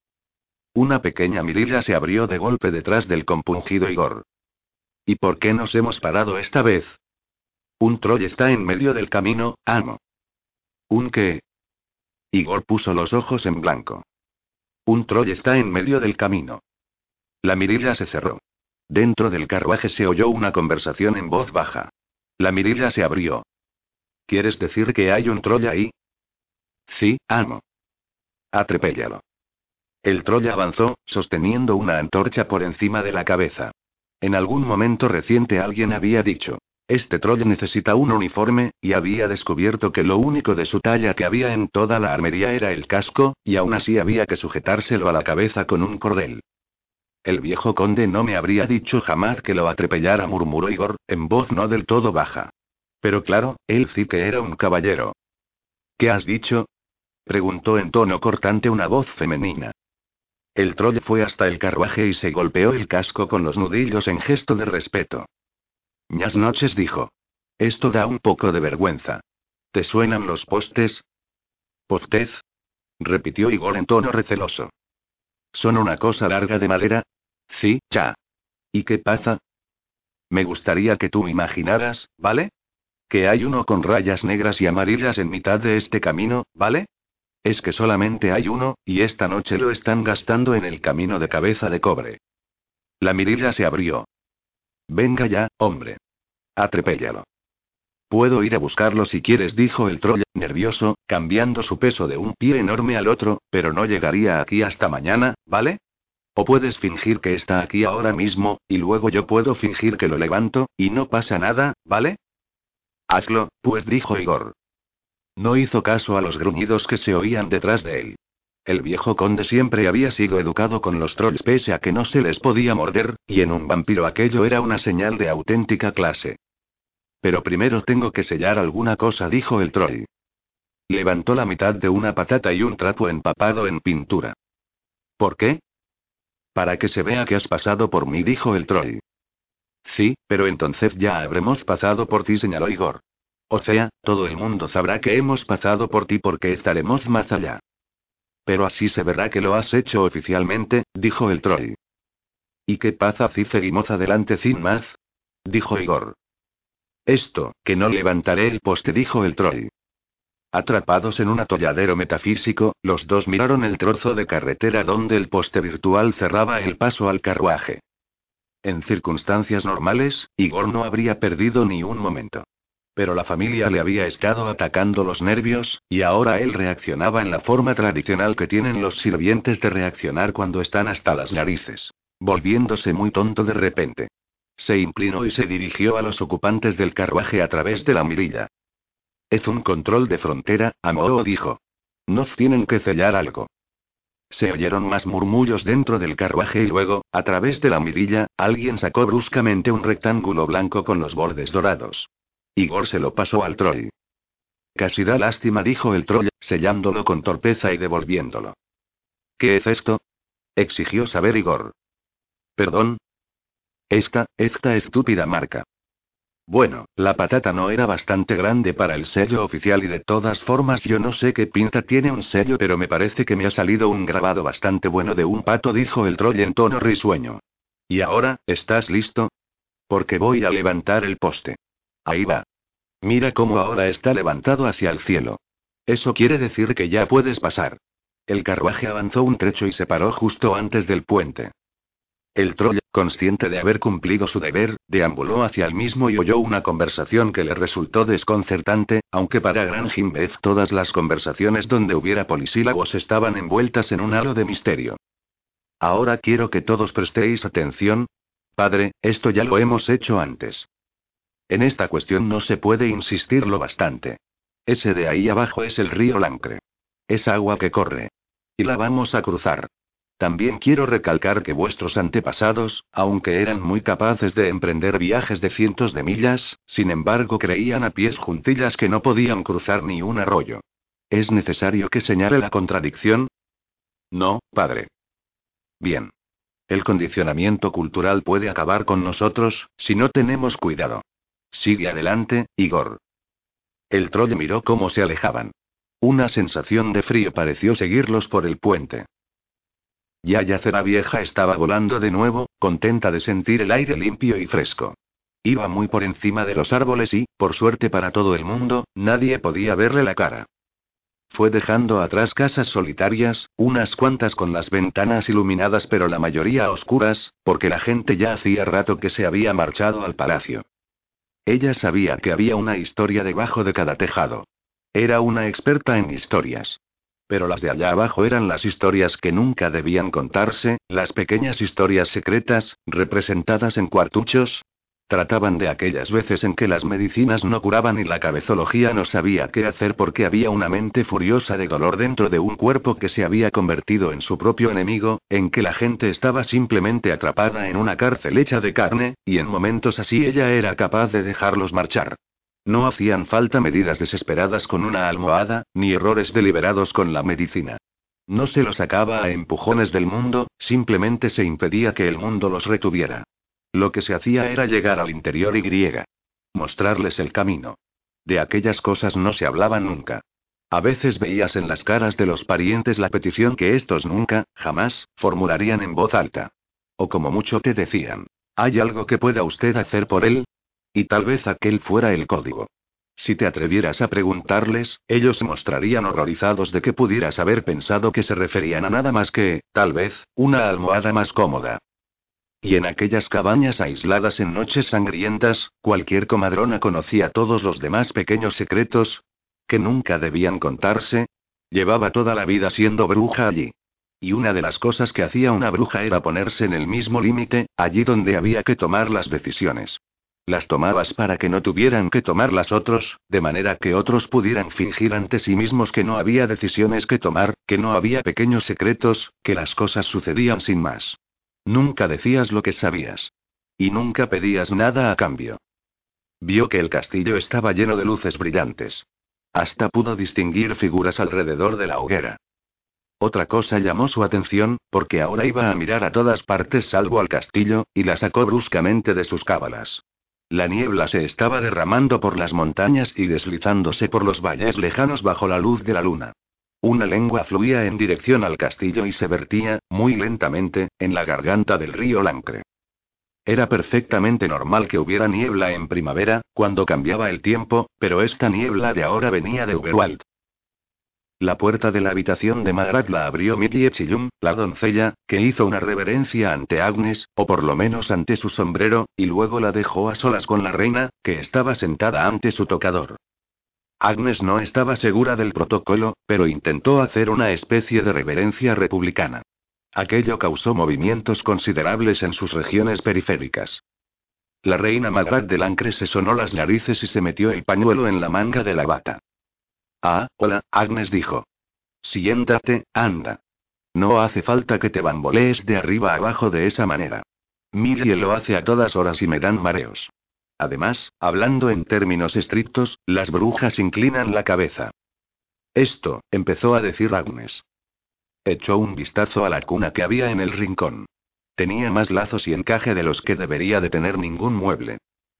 Una pequeña mirilla se abrió de golpe detrás del compungido Igor. ¿Y por qué nos hemos parado esta vez? Un troll está en medio del camino, amo. ¿Un qué? Igor puso los ojos en blanco. Un troll está en medio del camino. La mirilla se cerró. Dentro del carruaje se oyó una conversación en voz baja. La mirilla se abrió. ¿Quieres decir que hay un troll ahí? Sí, amo. Atrepéllalo. El troll avanzó, sosteniendo una antorcha por encima de la cabeza. En algún momento reciente alguien había dicho: este troll necesita un uniforme, y había descubierto que lo único de su talla que había en toda la armería era el casco, y aún así había que sujetárselo a la cabeza con un cordel. El viejo conde no me habría dicho jamás que lo atropellara, murmuró Igor, en voz no del todo baja. Pero claro, él sí que era un caballero. ¿Qué has dicho? Preguntó en tono cortante una voz femenina. El troll fue hasta el carruaje y se golpeó el casco con los nudillos en gesto de respeto. Ñas noches, dijo. Esto da un poco de vergüenza. ¿Te suenan los postes? ¿Postes? Repitió Igor en tono receloso. ¿Son una cosa larga de madera? Sí, ya. ¿Y qué pasa? Me gustaría que tú imaginaras, ¿vale? Que hay uno con rayas negras y amarillas en mitad de este camino, ¿vale? Es que solamente hay uno, y esta noche lo están gastando en el camino de Cabeza de Cobre. La mirilla se abrió. Venga ya, hombre. Atrepéllalo. Puedo ir a buscarlo si quieres, dijo el troll, nervioso, cambiando su peso de un pie enorme al otro, pero no llegaría aquí hasta mañana, ¿vale? O puedes fingir que está aquí ahora mismo, y luego yo puedo fingir que lo levanto, y no pasa nada, ¿vale? Hazlo, pues, dijo Igor. No hizo caso a los gruñidos que se oían detrás de él. El viejo conde siempre había sido educado con los trolls pese a que no se les podía morder, y en un vampiro aquello era una señal de auténtica clase. Pero primero tengo que sellar alguna cosa, dijo el troll. Levantó la mitad de una patata y un trapo empapado en pintura. ¿Por qué? Para que se vea que has pasado por mí, dijo el troll. Sí, pero entonces ya habremos pasado por ti, señaló Igor. O sea, todo el mundo sabrá que hemos pasado por ti porque estaremos más allá. Pero así se verá que lo has hecho oficialmente, dijo el troll. ¿Y qué pasa si seguimos adelante sin más? Dijo Igor. Esto, que no levantaré el poste, dijo el troll. Atrapados en un atolladero metafísico, los dos miraron el trozo de carretera donde el poste virtual cerraba el paso al carruaje. En circunstancias normales, Igor no habría perdido ni un momento. Pero la familia le había estado atacando los nervios, y ahora él reaccionaba en la forma tradicional que tienen los sirvientes de reaccionar cuando están hasta las narices, volviéndose muy tonto de repente. Se inclinó y se dirigió a los ocupantes del carruaje a través de la mirilla. Es un control de frontera, Amoo dijo. Nos tienen que sellar algo. Se oyeron más murmullos dentro del carruaje y luego, a través de la mirilla, alguien sacó bruscamente un rectángulo blanco con los bordes dorados. Igor se lo pasó al troll. Casi da lástima, dijo el troll, sellándolo con torpeza y devolviéndolo. ¿Qué es esto? Exigió saber Igor. ¿Perdón? Esta, esta estúpida marca. Bueno, la patata no era bastante grande para el sello oficial y de todas formas yo no sé qué pinta tiene un sello, pero me parece que me ha salido un grabado bastante bueno de un pato, dijo el troll en tono risueño. ¿Y ahora, estás listo? Porque voy a levantar el poste. Ahí va. Mira cómo ahora está levantado hacia el cielo. Eso quiere decir que ya puedes pasar. El carruaje avanzó un trecho y se paró justo antes del puente. El troll, consciente de haber cumplido su deber, deambuló hacia el mismo y oyó una conversación que le resultó desconcertante, aunque para Gran Jimbez todas las conversaciones donde hubiera polisílabos estaban envueltas en un halo de misterio. Ahora quiero que todos prestéis atención. Padre, esto ya lo hemos hecho antes. En esta cuestión no se puede insistirlo bastante. Ese de ahí abajo es el río Lancre. Es agua que corre. Y la vamos a cruzar. También quiero recalcar que vuestros antepasados, aunque eran muy capaces de emprender viajes de cientos de millas, sin embargo creían a pies juntillas que no podían cruzar ni un arroyo. ¿Es necesario que señale la contradicción? No, padre. Bien. El condicionamiento cultural puede acabar con nosotros, si no tenemos cuidado. Sigue adelante, Igor. El troll miró cómo se alejaban. Una sensación de frío pareció seguirlos por el puente. Yaya Cera Vieja estaba volando de nuevo, contenta de sentir el aire limpio y fresco. Iba muy por encima de los árboles y, por suerte para todo el mundo, nadie podía verle la cara. Fue dejando atrás casas solitarias, unas cuantas con las ventanas iluminadas pero la mayoría a oscuras, porque la gente ya hacía rato que se había marchado al palacio. Ella sabía que había una historia debajo de cada tejado. Era una experta en historias. Pero las de allá abajo eran las historias que nunca debían contarse, las pequeñas historias secretas, representadas en cuartuchos. Trataban de aquellas veces en que las medicinas no curaban y la cabezología no sabía qué hacer porque había una mente furiosa de dolor dentro de un cuerpo que se había convertido en su propio enemigo, en que la gente estaba simplemente atrapada en una cárcel hecha de carne, y en momentos así ella era capaz de dejarlos marchar. No hacían falta medidas desesperadas con una almohada, ni errores deliberados con la medicina. No se los sacaba a empujones del mundo, simplemente se impedía que el mundo los retuviera. Lo que se hacía era llegar al interior y griega. Mostrarles el camino. De aquellas cosas no se hablaba nunca. A veces veías en las caras de los parientes la petición que estos nunca, jamás, formularían en voz alta. O como mucho te decían, ¿hay algo que pueda usted hacer por él? Y tal vez aquel fuera el código. Si te atrevieras a preguntarles, ellos se mostrarían horrorizados de que pudieras haber pensado que se referían a nada más que, tal vez, una almohada más cómoda. Y en aquellas cabañas aisladas en noches sangrientas, cualquier comadrona conocía todos los demás pequeños secretos, que nunca debían contarse. Llevaba toda la vida siendo bruja allí. Y una de las cosas que hacía una bruja era ponerse en el mismo límite, allí donde había que tomar las decisiones. Las tomabas para que no tuvieran que tomarlas otros, de manera que otros pudieran fingir ante sí mismos que no había decisiones que tomar, que no había pequeños secretos, que las cosas sucedían sin más. Nunca decías lo que sabías. Y nunca pedías nada a cambio. Vio que el castillo estaba lleno de luces brillantes. Hasta pudo distinguir figuras alrededor de la hoguera. Otra cosa llamó su atención, porque ahora iba a mirar a todas partes salvo al castillo, y la sacó bruscamente de sus cábalas. La niebla se estaba derramando por las montañas y deslizándose por los valles lejanos bajo la luz de la luna. Una lengua fluía en dirección al castillo y se vertía, muy lentamente, en la garganta del río Lancre. Era perfectamente normal que hubiera niebla en primavera, cuando cambiaba el tiempo, pero esta niebla de ahora venía de Uberwald. La puerta de la habitación de Magrat la abrió Millie Chillum, la doncella, que hizo una reverencia ante Agnes, o por lo menos ante su sombrero, y luego la dejó a solas con la reina, que estaba sentada ante su tocador. Agnes no estaba segura del protocolo, pero intentó hacer una especie de reverencia republicana. Aquello causó movimientos considerables en sus regiones periféricas. La reina Magrat de Lancre se sonó las narices y se metió el pañuelo en la manga de la bata. Ah, hola, Agnes dijo. Siéntate, anda. No hace falta que te bambolees de arriba abajo de esa manera. Millie lo hace a todas horas y me dan mareos. Además, hablando en términos estrictos, las brujas inclinan la cabeza. Esto, empezó a decir Agnes. Echó un vistazo a la cuna que había en el rincón. Tenía más lazos y encaje de los que debería de tener ningún mueble.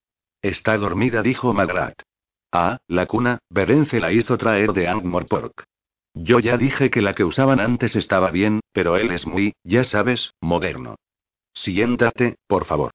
Está dormida, dijo Magrat. Ah, la cuna, Berence la hizo traer de Ankh-Morpork. Yo ya dije que la que usaban antes estaba bien, pero él es muy, ya sabes, moderno. Siéntate, por favor.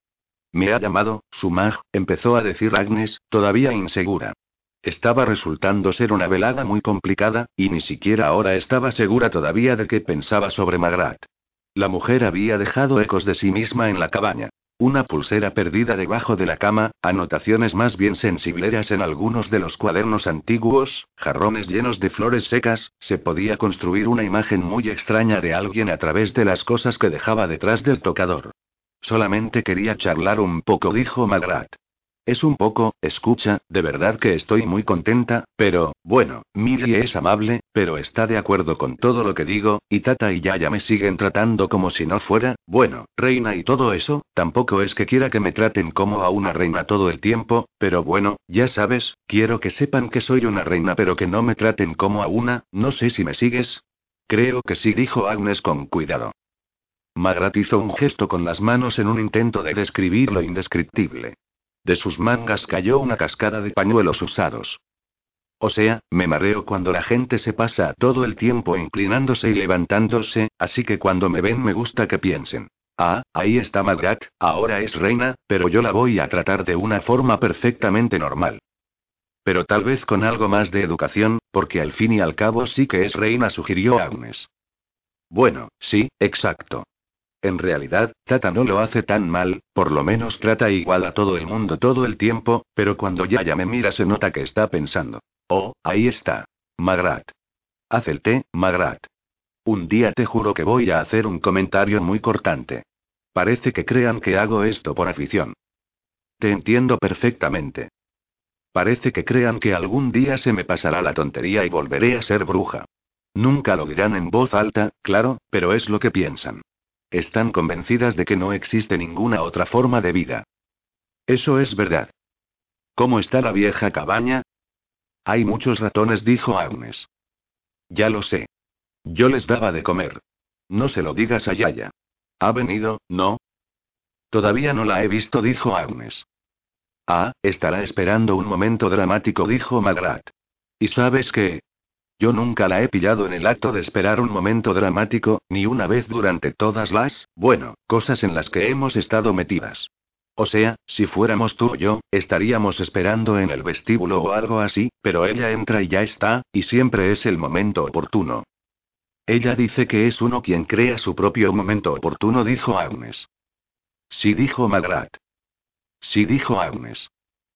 Me ha llamado, Sumag, empezó a decir Agnes, todavía insegura. Estaba resultando ser una velada muy complicada, y ni siquiera ahora estaba segura todavía de qué pensaba sobre Magrat. La mujer había dejado ecos de sí misma en la cabaña. Una pulsera perdida debajo de la cama, anotaciones más bien sensibleras en algunos de los cuadernos antiguos, jarrones llenos de flores secas, se podía construir una imagen muy extraña de alguien a través de las cosas que dejaba detrás del tocador. Solamente quería charlar un poco, dijo Magrat. Es un poco, escucha, de verdad que estoy muy contenta, pero, bueno, Millie es amable, pero está de acuerdo con todo lo que digo, y Tata y Yaya me siguen tratando como si no fuera, bueno, reina y todo eso, tampoco es que quiera que me traten como a una reina todo el tiempo, pero bueno, ya sabes, quiero que sepan que soy una reina pero que no me traten como a una, no sé si me sigues. Creo que sí, dijo Agnes con cuidado. Magrat hizo un gesto con las manos en un intento de describir lo indescriptible. De sus mangas cayó una cascada de pañuelos usados. O sea, me mareo cuando la gente se pasa todo el tiempo inclinándose y levantándose, así que cuando me ven me gusta que piensen. Ah, ahí está Magrat, ahora es reina, pero yo la voy a tratar de una forma perfectamente normal. Pero tal vez con algo más de educación, porque al fin y al cabo sí que es reina, sugirió Agnes. Bueno, sí, exacto. En realidad, Tata no lo hace tan mal, por lo menos trata igual a todo el mundo todo el tiempo, pero cuando Yaya me mira se nota que está pensando. Oh, ahí está. Magrat. Haz el té, Magrat. Un día te juro que voy a hacer un comentario muy cortante. Parece que crean que hago esto por afición. Te entiendo perfectamente. Parece que crean que algún día se me pasará la tontería y volveré a ser bruja. Nunca lo dirán en voz alta, claro, pero es lo que piensan. Están convencidas de que no existe ninguna otra forma de vida. Eso es verdad. ¿Cómo está la vieja cabaña? Hay muchos ratones, dijo Agnes. Ya lo sé. Yo les daba de comer. No se lo digas a Yaya. ¿Ha venido, no? Todavía no la he visto, dijo Agnes. Ah, estará esperando un momento dramático, dijo Magrat. ¿Y sabes qué? Yo nunca la he pillado en el acto de esperar un momento dramático, ni una vez durante todas las, bueno, cosas en las que hemos estado metidas. O sea, si fuéramos tú o yo, estaríamos esperando en el vestíbulo o algo así, pero ella entra y ya está, y siempre es el momento oportuno. Ella dice que es uno quien crea su propio momento oportuno, dijo Agnes. Sí, dijo Magrat. Sí, dijo Agnes.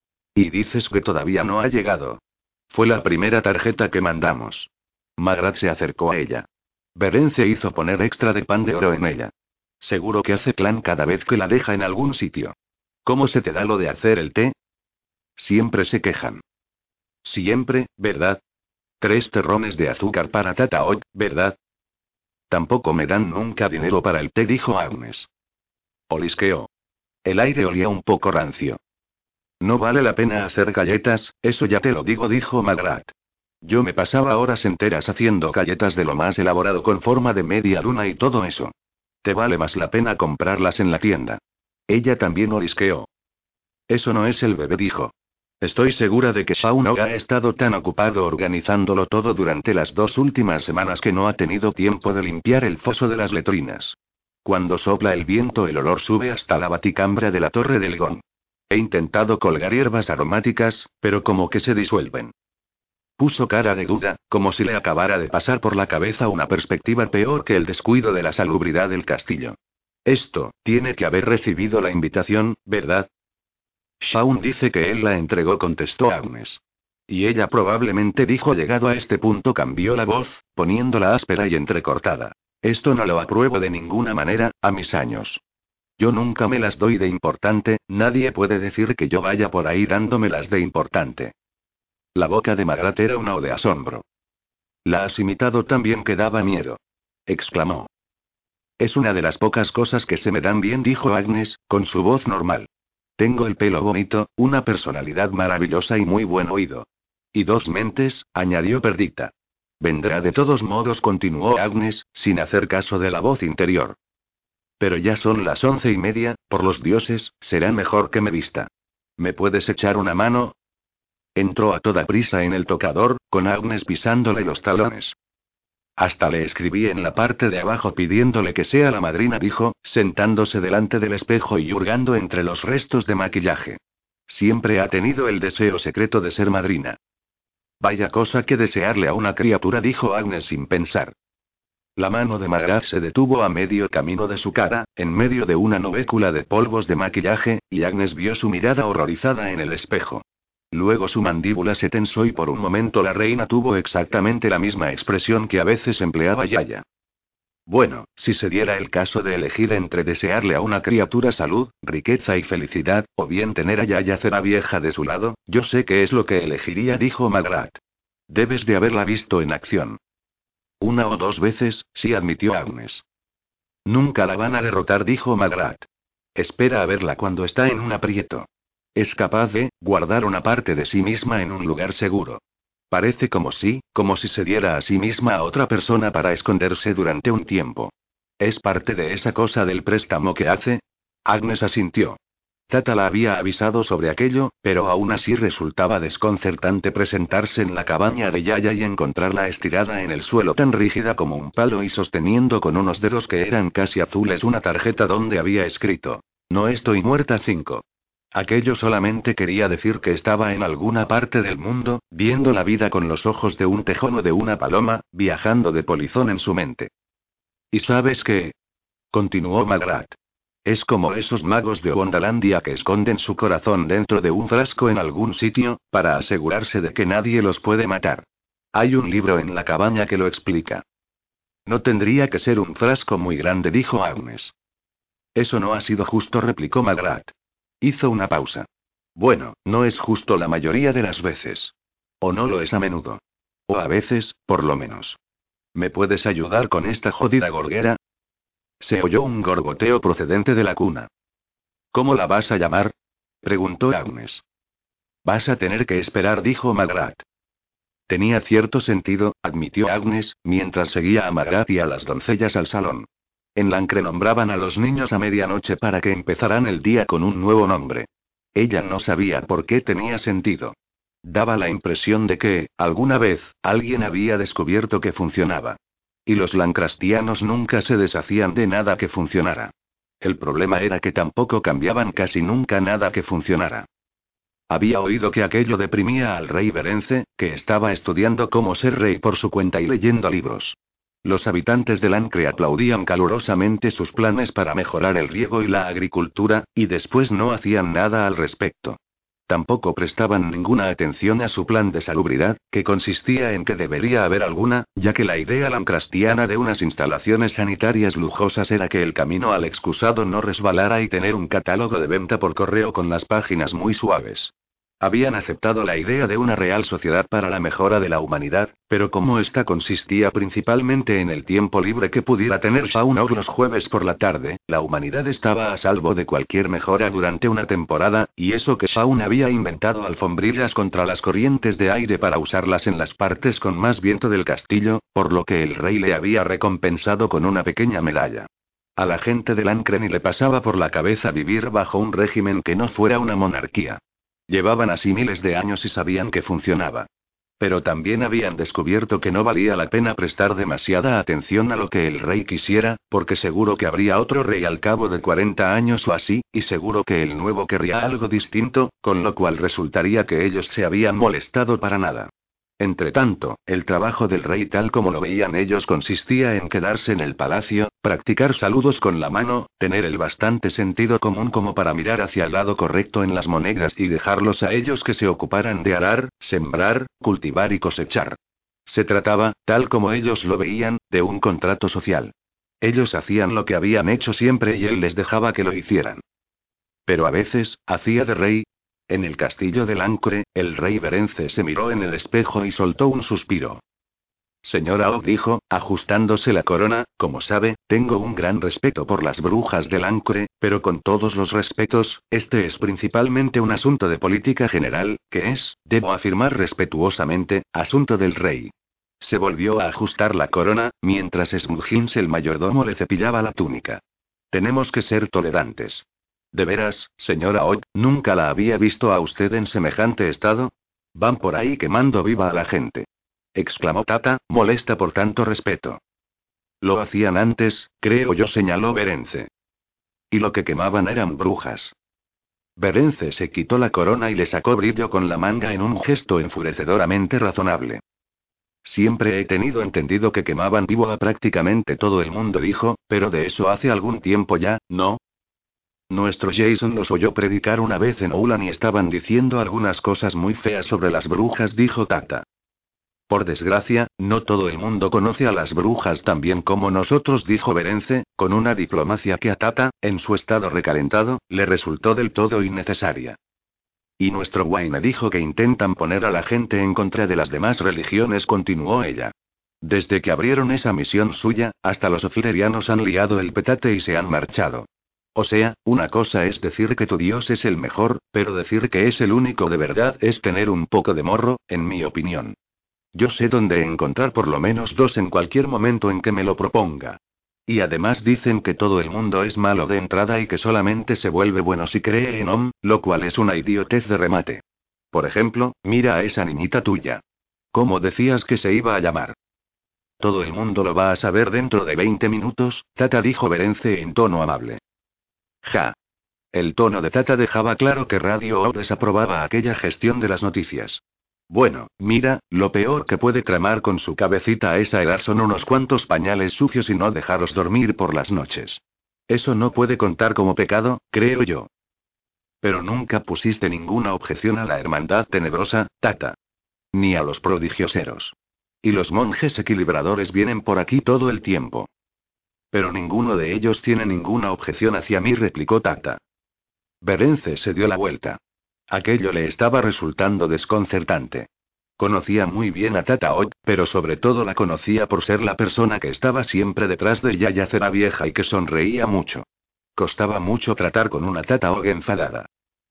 Y dices que todavía no ha llegado. Fue la primera tarjeta que mandamos. Magrat se acercó a ella. Berence hizo poner extra de pan de oro en ella. Seguro que hace clan cada vez que la deja en algún sitio. ¿Cómo se te da lo de hacer el té? Siempre se quejan. Siempre, ¿verdad? Tres terrones de azúcar para Tata hoy, ¿verdad? Tampoco me dan nunca dinero para el té, dijo Agnes. Olisqueó. El aire olía un poco rancio. No vale la pena hacer galletas, eso ya te lo digo, dijo Magrat. Yo me pasaba horas enteras haciendo galletas de lo más elaborado con forma de media luna y todo eso. Te vale más la pena comprarlas en la tienda. Ella también olisqueó. Eso no es el bebé, dijo. Estoy segura de que Shaun ha estado tan ocupado organizándolo todo durante las dos últimas semanas que no ha tenido tiempo de limpiar el foso de las letrinas. Cuando sopla el viento el olor sube hasta la baticambra de la torre del Gong. He intentado colgar hierbas aromáticas, pero como que se disuelven. Puso cara de duda, como si le acabara de pasar por la cabeza una perspectiva peor que el descuido de la salubridad del castillo. Esto, tiene que haber recibido la invitación, ¿verdad? Shaun dice que él la entregó, contestó Agnes. Y ella probablemente dijo, llegado a este punto cambió la voz, poniéndola áspera y entrecortada. Esto no lo apruebo de ninguna manera, a mis años. Yo nunca me las doy de importante, nadie puede decir que yo vaya por ahí dándomelas de importante. La boca de Magrat era una O de asombro. ¿La has imitado también que daba miedo? Exclamó. Es una de las pocas cosas que se me dan bien, dijo Agnes, con su voz normal. Tengo el pelo bonito, una personalidad maravillosa y muy buen oído. Y dos mentes, añadió Perdita. Vendrá de todos modos, continuó Agnes, sin hacer caso de la voz interior. Pero ya son las once y media, por los dioses, será mejor que me vista. ¿Me puedes echar una mano? Entró a toda prisa en el tocador, con Agnes pisándole los talones. Hasta le escribí en la parte de abajo pidiéndole que sea la madrina, dijo, sentándose delante del espejo y hurgando entre los restos de maquillaje. Siempre ha tenido el deseo secreto de ser madrina. Vaya cosa que desearle a una criatura, dijo Agnes sin pensar. La mano de Magrat se detuvo a medio camino de su cara, en medio de una nubécula de polvos de maquillaje, y Agnes vio su mirada horrorizada en el espejo. Luego su mandíbula se tensó y por un momento la reina tuvo exactamente la misma expresión que a veces empleaba Yaya. Bueno, si se diera el caso de elegir entre desearle a una criatura salud, riqueza y felicidad, o bien tener a Yaya Cera vieja de su lado, yo sé qué es lo que elegiría, dijo Magrat. Debes de haberla visto en acción. Una o dos veces, sí, admitió Agnes. Nunca la van a derrotar, dijo Magrat. Espera a verla cuando está en un aprieto. Es capaz de guardar una parte de sí misma en un lugar seguro. Parece como si, como si se diera a sí misma a otra persona para esconderse durante un tiempo. ¿Es parte de esa cosa del préstamo que hace? Agnes asintió. Tata la había avisado sobre aquello, pero aún así resultaba desconcertante presentarse en la cabaña de Yaya y encontrarla estirada en el suelo tan rígida como un palo y sosteniendo con unos dedos que eran casi azules una tarjeta donde había escrito: No estoy muerta cinco. Aquello solamente quería decir que estaba en alguna parte del mundo, viendo la vida con los ojos de un tejón o de una paloma, viajando de polizón en su mente. ¿Y sabes qué? Continuó Magrat. Es como esos magos de Wonderlandia que esconden su corazón dentro de un frasco en algún sitio, para asegurarse de que nadie los puede matar. Hay un libro en la cabaña que lo explica. No tendría que ser un frasco muy grande, dijo Agnes. Eso no ha sido justo, replicó Magrat. Hizo una pausa. Bueno, no es justo la mayoría de las veces. O no lo es a menudo. O a veces, por lo menos. ¿Me puedes ayudar con esta jodida gorguera? Se oyó un gorgoteo procedente de la cuna. ¿Cómo la vas a llamar? Preguntó Agnes. Vas a tener que esperar, dijo Magrat. Tenía cierto sentido, admitió Agnes, mientras seguía a Magrat y a las doncellas al salón. En Lancre nombraban a los niños a medianoche para que empezaran el día con un nuevo nombre. Ella no sabía por qué tenía sentido. Daba la impresión de que, alguna vez, alguien había descubierto que funcionaba. Y los lancrastianos nunca se deshacían de nada que funcionara. El problema era que tampoco cambiaban casi nunca nada que funcionara. Había oído que aquello deprimía al rey Berence, que estaba estudiando cómo ser rey por su cuenta y leyendo libros. Los habitantes de Lancre aplaudían calurosamente sus planes para mejorar el riego y la agricultura, y después no hacían nada al respecto. Tampoco prestaban ninguna atención a su plan de salubridad, que consistía en que debería haber alguna, ya que la idea lancrastiana de unas instalaciones sanitarias lujosas era que el camino al excusado no resbalara y tener un catálogo de venta por correo con las páginas muy suaves. Habían aceptado la idea de una real sociedad para la mejora de la humanidad, pero como esta consistía principalmente en el tiempo libre que pudiera tener Shaun Og los jueves por la tarde, la humanidad estaba a salvo de cualquier mejora durante una temporada, y eso que Shaun había inventado alfombrillas contra las corrientes de aire para usarlas en las partes con más viento del castillo, por lo que el rey le había recompensado con una pequeña medalla. A la gente de Lancre ni le pasaba por la cabeza vivir bajo un régimen que no fuera una monarquía. Llevaban así miles de años y sabían que funcionaba. Pero también habían descubierto que no valía la pena prestar demasiada atención a lo que el rey quisiera, porque seguro que habría otro rey al cabo de cuarenta años o así, y seguro que el nuevo querría algo distinto, con lo cual resultaría que ellos se habían molestado para nada. Entretanto, el trabajo del rey tal como lo veían ellos consistía en quedarse en el palacio, practicar saludos con la mano, tener el bastante sentido común como para mirar hacia el lado correcto en las monedas y dejarlos a ellos que se ocuparan de arar, sembrar, cultivar y cosechar. Se trataba, tal como ellos lo veían, de un contrato social. Ellos hacían lo que habían hecho siempre y él les dejaba que lo hicieran. Pero a veces, hacía de rey. En el castillo de Lancre, el rey Berence se miró en el espejo y soltó un suspiro. Señora Og dijo, ajustándose la corona, como sabe, tengo un gran respeto por las brujas de Lancre, pero con todos los respetos, este es principalmente un asunto de política general, que es, debo afirmar respetuosamente, asunto del rey. Se volvió a ajustar la corona, mientras Smudgins el mayordomo le cepillaba la túnica. Tenemos que ser tolerantes. De veras, señora Og, nunca la había visto a usted en semejante estado. Van por ahí quemando viva a la gente. Exclamó Tata, molesta por tanto respeto. Lo hacían antes, creo yo, señaló Berence. Y lo que quemaban eran brujas. Berence se quitó la corona y le sacó brillo con la manga en un gesto enfurecedoramente razonable. Siempre he tenido entendido que quemaban vivo a prácticamente todo el mundo, dijo, pero de eso hace algún tiempo ya, ¿no? Nuestro Jason los oyó predicar una vez en Oulan y estaban diciendo algunas cosas muy feas sobre las brujas, dijo Tata. Por desgracia, no todo el mundo conoce a las brujas tan bien como nosotros, dijo Berence, con una diplomacia que a Tata, en su estado recalentado, le resultó del todo innecesaria. Y nuestro Wayne dijo que intentan poner a la gente en contra de las demás religiones, continuó ella. Desde que abrieron esa misión suya, hasta los ofiterianos han liado el petate y se han marchado. O sea, una cosa es decir que tu Dios es el mejor, pero decir que es el único de verdad es tener un poco de morro, en mi opinión. Yo sé dónde encontrar por lo menos dos en cualquier momento en que me lo proponga. Y además dicen que todo el mundo es malo de entrada y que solamente se vuelve bueno si cree en Om, lo cual es una idiotez de remate. Por ejemplo, mira a esa niñita tuya. ¿Cómo decías que se iba a llamar? Todo el mundo lo va a saber dentro de veinte minutos, Tata, dijo Berence en tono amable. Ja. El tono de Tata dejaba claro que Radio O desaprobaba aquella gestión de las noticias. Bueno, mira, lo peor que puede tramar con su cabecita a esa edad son unos cuantos pañales sucios y no dejaros dormir por las noches. Eso no puede contar como pecado, creo yo. Pero nunca pusiste ninguna objeción a la hermandad tenebrosa, Tata. Ni a los prodigioseros. Y los monjes equilibradores vienen por aquí todo el tiempo. Pero ninguno de ellos tiene ninguna objeción hacia mí, replicó Tata. Berence se dio la vuelta. Aquello le estaba resultando desconcertante. Conocía muy bien a Tata Og, pero sobre todo la conocía por ser la persona que estaba siempre detrás de Yaya Ceravieja y que sonreía mucho. Costaba mucho tratar con una Tata Og enfadada.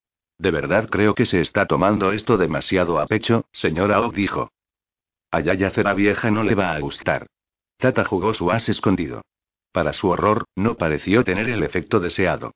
De verdad creo que se está tomando esto demasiado a pecho, señora Og, dijo. A Yaya Ceravieja no le va a gustar. Tata jugó su as escondido. Para su horror, no pareció tener el efecto deseado.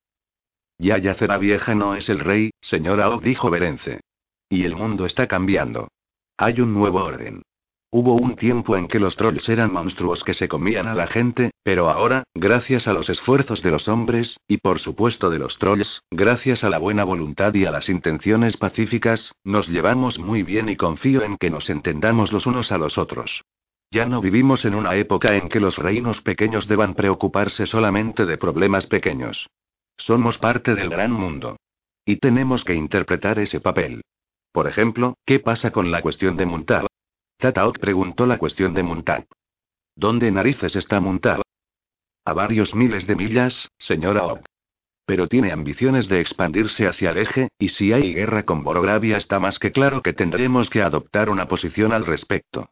Yaya Ceravieja no es el rey, señora Og, dijo Berence. Y el mundo está cambiando. Hay un nuevo orden. Hubo un tiempo en que los trolls eran monstruos que se comían a la gente, pero ahora, gracias a los esfuerzos de los hombres, y por supuesto de los trolls, gracias a la buena voluntad y a las intenciones pacíficas, nos llevamos muy bien y confío en que nos entendamos los unos a los otros. Ya no vivimos en una época en que los reinos pequeños deban preocuparse solamente de problemas pequeños. Somos parte del gran mundo. Y tenemos que interpretar ese papel. Por ejemplo, ¿qué pasa con la cuestión de Muntab? Tata Ok preguntó la cuestión de Muntab. ¿Dónde narices está Muntab? A varios miles de millas, señora Ok. Pero tiene ambiciones de expandirse hacia el eje, y si hay guerra con Borogravia está más que claro que tendremos que adoptar una posición al respecto.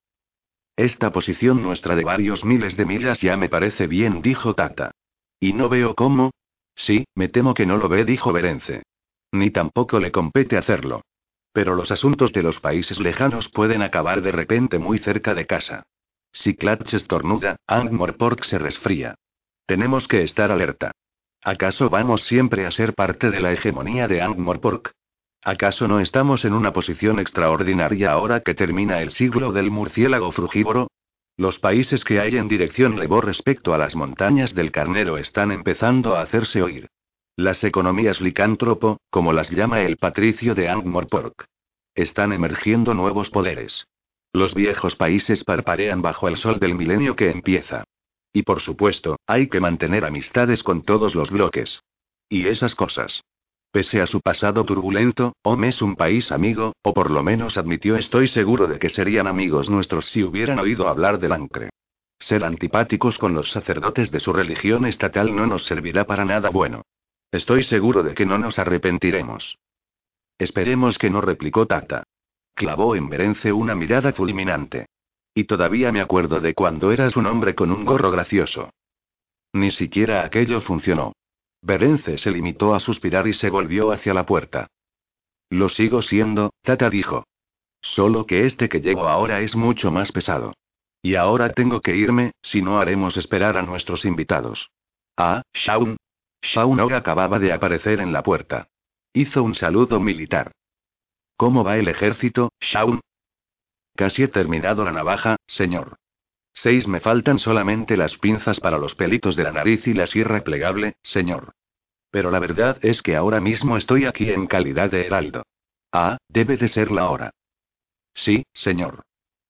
Esta posición nuestra de varios miles de millas ya me parece bien, dijo Tata. Y no veo cómo. Sí, me temo que no lo ve, dijo Berence. Ni tampoco le compete hacerlo. Pero los asuntos de los países lejanos pueden acabar de repente muy cerca de casa. Si Clutch estornuda, Ankh-Morpork se resfría. Tenemos que estar alerta. ¿Acaso vamos siempre a ser parte de la hegemonía de Ankh-Morpork? ¿Acaso no estamos en una posición extraordinaria ahora que termina el siglo del murciélago frugívoro? Los países que hay en dirección Lebor respecto a las montañas del Carnero están empezando a hacerse oír. Las economías licántropo, como las llama el patricio de Ankh-Morpork. Están emergiendo nuevos poderes. Los viejos países parpadean bajo el sol del milenio que empieza. Y por supuesto, hay que mantener amistades con todos los bloques. Y esas cosas. Pese a su pasado turbulento, Om es un país amigo, o por lo menos admitió, estoy seguro de que serían amigos nuestros si hubieran oído hablar del Ancre. Ser antipáticos con los sacerdotes de su religión estatal no nos servirá para nada bueno. Estoy seguro de que no nos arrepentiremos. Esperemos que no, replicó Tata. Clavó en Berence una mirada fulminante. Y todavía me acuerdo de cuando eras un hombre con un gorro gracioso. Ni siquiera aquello funcionó. Berence se limitó a suspirar y se volvió hacia la puerta. Lo sigo siendo, Tata dijo. Solo que este que llevo ahora es mucho más pesado. Y ahora tengo que irme, si no haremos esperar a nuestros invitados. Ah, Shaun. Shaun Og acababa de aparecer en la puerta. Hizo un saludo militar. ¿Cómo va el ejército, Shaun? Casi he terminado la navaja, señor. Seis, me faltan solamente las pinzas para los pelitos de la nariz y la sierra plegable, señor. Pero la verdad es que ahora mismo estoy aquí en calidad de heraldo. Ah, debe de ser la hora. Sí, señor.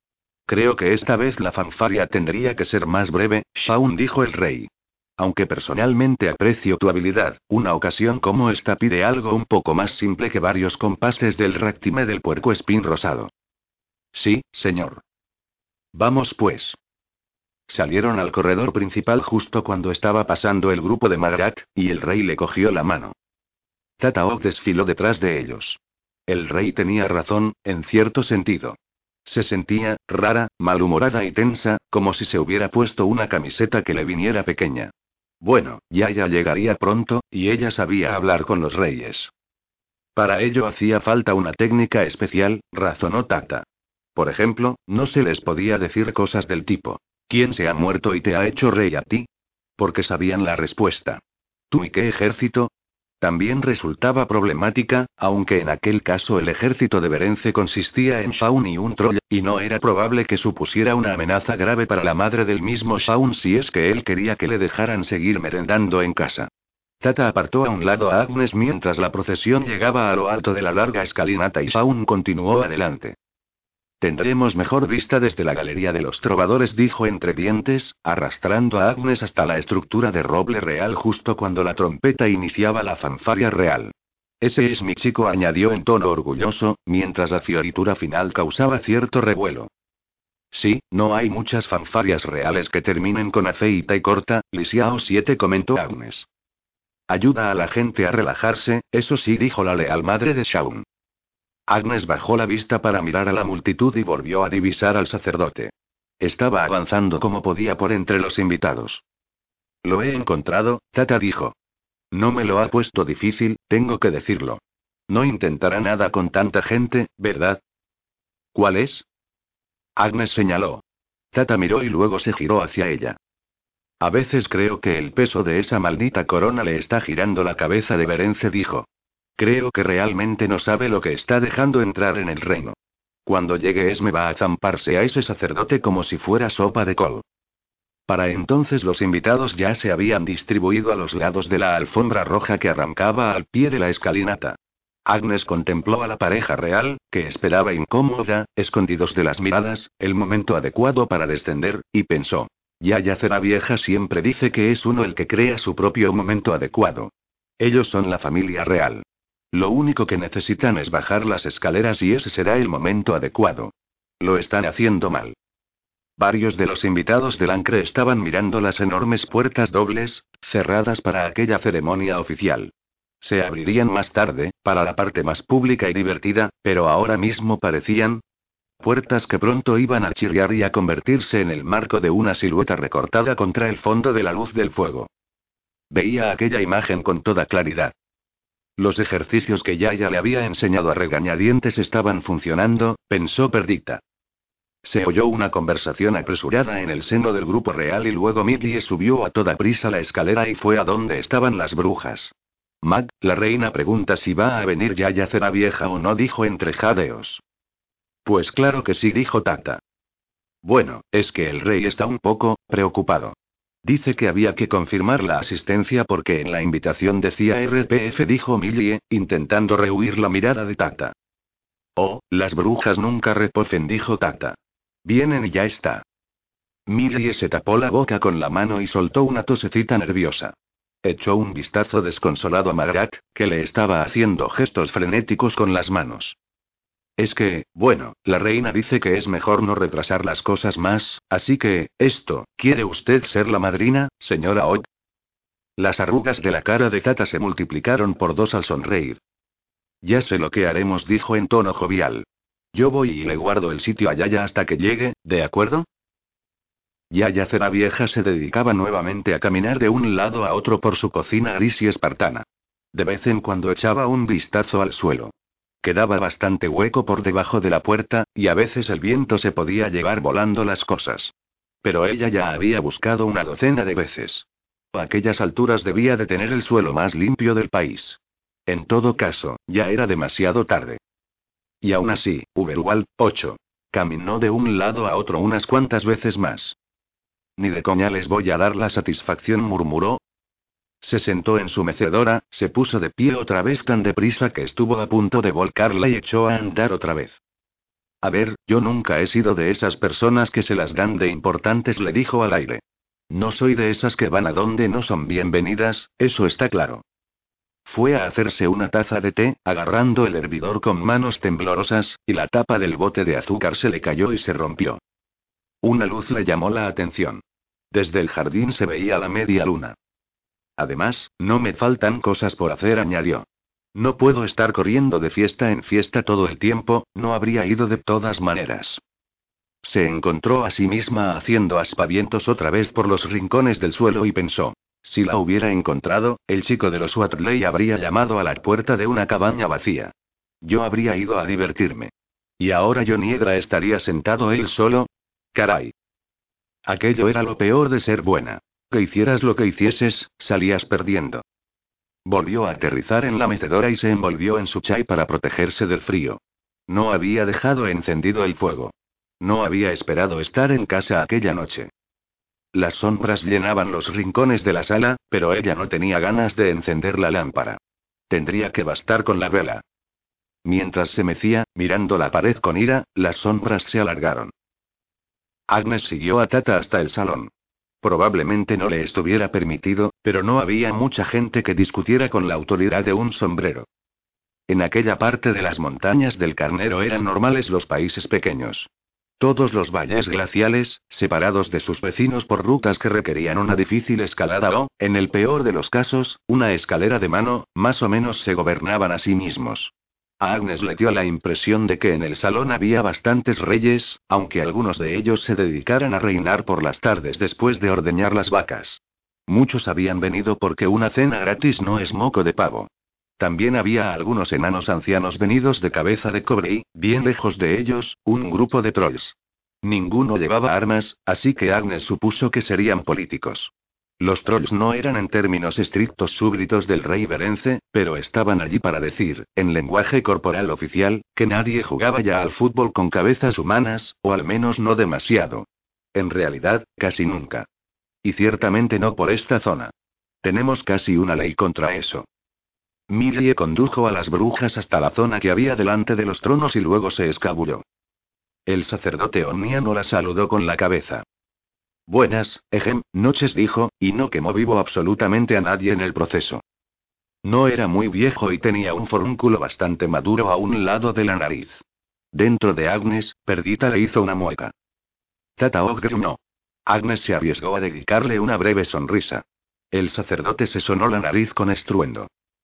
Creo que esta vez la fanfarria tendría que ser más breve, Shaun, dijo el rey. Aunque personalmente aprecio tu habilidad, una ocasión como esta pide algo un poco más simple que varios compases del ractime del puercoespín rosado. Sí, señor. Vamos pues. Salieron al corredor principal justo cuando estaba pasando el grupo de Magrat, y el rey le cogió la mano. Tata Ok desfiló detrás de ellos. El rey tenía razón, en cierto sentido. Se sentía, rara, malhumorada y tensa, como si se hubiera puesto una camiseta que le viniera pequeña. Bueno, ya ya llegaría pronto, y ella sabía hablar con los reyes. Para ello hacía falta una técnica especial, razonó Tata. Por ejemplo, no se les podía decir cosas del tipo: ¿quién se ha muerto y te ha hecho rey a ti? Porque sabían la respuesta. ¿Tú y qué ejército? También resultaba problemática, aunque en aquel caso el ejército de Berence consistía en Shaun y un troll, y no era probable que supusiera una amenaza grave para la madre del mismo Shaun si es que él quería que le dejaran seguir merendando en casa. Tata apartó a un lado a Agnes mientras la procesión llegaba a lo alto de la larga escalinata y Shaun continuó adelante. Tendremos mejor vista desde la galería de los trovadores, dijo entre dientes, arrastrando a Agnes hasta la estructura de roble real justo cuando la trompeta iniciaba la fanfarria real. Ese es mi chico, añadió en tono orgulloso, mientras la fioritura final causaba cierto revuelo. Sí, no hay muchas fanfarrias reales que terminen con aceita y corta, Lisiao siete, comentó Agnes. Ayuda a la gente a relajarse, eso sí, dijo la leal madre de Shaun. Agnes bajó la vista para mirar a la multitud y volvió a divisar al sacerdote. Estaba avanzando como podía por entre los invitados. Lo he encontrado, Tata dijo. No me lo ha puesto difícil, tengo que decirlo. No intentará nada con tanta gente, ¿verdad? ¿Cuál es? Agnes señaló. Tata miró y luego se giró hacia ella. A veces creo que el peso de esa maldita corona le está girando la cabeza, de Berence dijo. Creo que realmente no sabe lo que está dejando entrar en el reino. Cuando llegue Esme va a zamparse a ese sacerdote como si fuera sopa de col. Para entonces los invitados ya se habían distribuido a los lados de la alfombra roja que arrancaba al pie de la escalinata. Agnes contempló a la pareja real, que esperaba incómoda, escondidos de las miradas, el momento adecuado para descender, y pensó. Ya Yacera vieja siempre dice que es uno el que crea su propio momento adecuado. Ellos son la familia real. Lo único que necesitan es bajar las escaleras y ese será el momento adecuado. Lo están haciendo mal. Varios de los invitados del Ancre estaban mirando las enormes puertas dobles, cerradas para aquella ceremonia oficial. Se abrirían más tarde, para la parte más pública y divertida, pero ahora mismo parecían puertas que pronto iban a chirriar y a convertirse en el marco de una silueta recortada contra el fondo de la luz del fuego. Veía aquella imagen con toda claridad. Los ejercicios que Yaya le había enseñado a regañadientes estaban funcionando, pensó Perdita. Se oyó una conversación apresurada en el seno del grupo real y luego Millie subió a toda prisa la escalera y fue a donde estaban las brujas. Mag, la reina pregunta si va a venir Yaya Ceravieja o no, dijo entre jadeos. Pues claro que sí, dijo Tata. Bueno, es que el rey está un poco preocupado. Dice que había que confirmar la asistencia porque en la invitación decía R P F, dijo Millie, intentando rehuir la mirada de Tata. Oh, las brujas nunca reposen, dijo Tata. Vienen y ya está. Millie se tapó la boca con la mano y soltó una tosecita nerviosa. Echó un vistazo desconsolado a Margaret, que le estaba haciendo gestos frenéticos con las manos. Es que, bueno, la reina dice que es mejor no retrasar las cosas más, así que, esto, ¿quiere usted ser la madrina, señora Odd? Las arrugas de la cara de Tata se multiplicaron por dos al sonreír. Ya sé lo que haremos, dijo en tono jovial. Yo voy y le guardo el sitio a Yaya hasta que llegue, ¿de acuerdo? Yaya Ceravieja se dedicaba nuevamente a caminar de un lado a otro por su cocina gris y espartana. De vez en cuando echaba un vistazo al suelo. Quedaba bastante hueco por debajo de la puerta, y a veces el viento se podía llevar volando las cosas. Pero ella ya había buscado una docena de veces. A aquellas alturas debía de tener el suelo más limpio del país. En todo caso, ya era demasiado tarde. Y aún así, Uberwald, ocho. Caminó de un lado a otro unas cuantas veces más. Ni de coña les voy a dar la satisfacción, murmuró. Se sentó en su mecedora, se puso de pie otra vez tan deprisa que estuvo a punto de volcarla y echó a andar otra vez. A ver, yo nunca he sido de esas personas que se las dan de importantes, le dijo al aire. No soy de esas que van a donde no son bienvenidas, eso está claro. Fue a hacerse una taza de té, agarrando el hervidor con manos temblorosas, y la tapa del bote de azúcar se le cayó y se rompió. Una luz le llamó la atención. Desde el jardín se veía la media luna. Además, no me faltan cosas por hacer, añadió. No puedo estar corriendo de fiesta en fiesta todo el tiempo, no habría ido de todas maneras. Se encontró a sí misma haciendo aspavientos otra vez por los rincones del suelo y pensó. Si la hubiera encontrado, el chico de los Watley habría llamado a la puerta de una cabaña vacía. Yo habría ido a divertirme. Y ahora John Hiedra estaría sentado él solo. Caray. Aquello era lo peor de ser buena. Que hicieras lo que hicieses, salías perdiendo. Volvió a aterrizar en la mecedora y se envolvió en su chai para protegerse del frío. No había dejado encendido el fuego. No había esperado estar en casa aquella noche. Las sombras llenaban los rincones de la sala, pero ella no tenía ganas de encender la lámpara. Tendría que bastar con la vela. Mientras se mecía, mirando la pared con ira, las sombras se alargaron. Agnes siguió a Tata hasta el salón. Probablemente no le estuviera permitido, pero no había mucha gente que discutiera con la autoridad de un sombrero. En aquella parte de las montañas del Carnero eran normales los países pequeños. Todos los valles glaciales, separados de sus vecinos por rutas que requerían una difícil escalada o, en el peor de los casos, una escalera de mano, más o menos se gobernaban a sí mismos. A Agnes le dio la impresión de que en el salón había bastantes reyes, aunque algunos de ellos se dedicaran a reinar por las tardes después de ordeñar las vacas. Muchos habían venido porque una cena gratis no es moco de pavo. También había algunos enanos ancianos venidos de cabeza de cobre y, bien lejos de ellos, un grupo de trolls. Ninguno llevaba armas, así que Agnes supuso que serían políticos. Los trolls no eran en términos estrictos súbditos del rey Berence, pero estaban allí para decir, en lenguaje corporal oficial, que nadie jugaba ya al fútbol con cabezas humanas, o al menos no demasiado. En realidad, casi nunca. Y ciertamente no por esta zona. Tenemos casi una ley contra eso. Millie condujo a las brujas hasta la zona que había delante de los tronos y luego se escabulló. El sacerdote oniano la saludó con la cabeza. Buenas, ejem, noches, dijo, y no quemó vivo absolutamente a nadie en el proceso. No era muy viejo y tenía un forúnculo bastante maduro a un lado de la nariz. Dentro de Agnes, Perdita le hizo una mueca. Tata Ogre no. Agnes se arriesgó a dedicarle una breve sonrisa. El sacerdote se sonó la nariz con estruendo.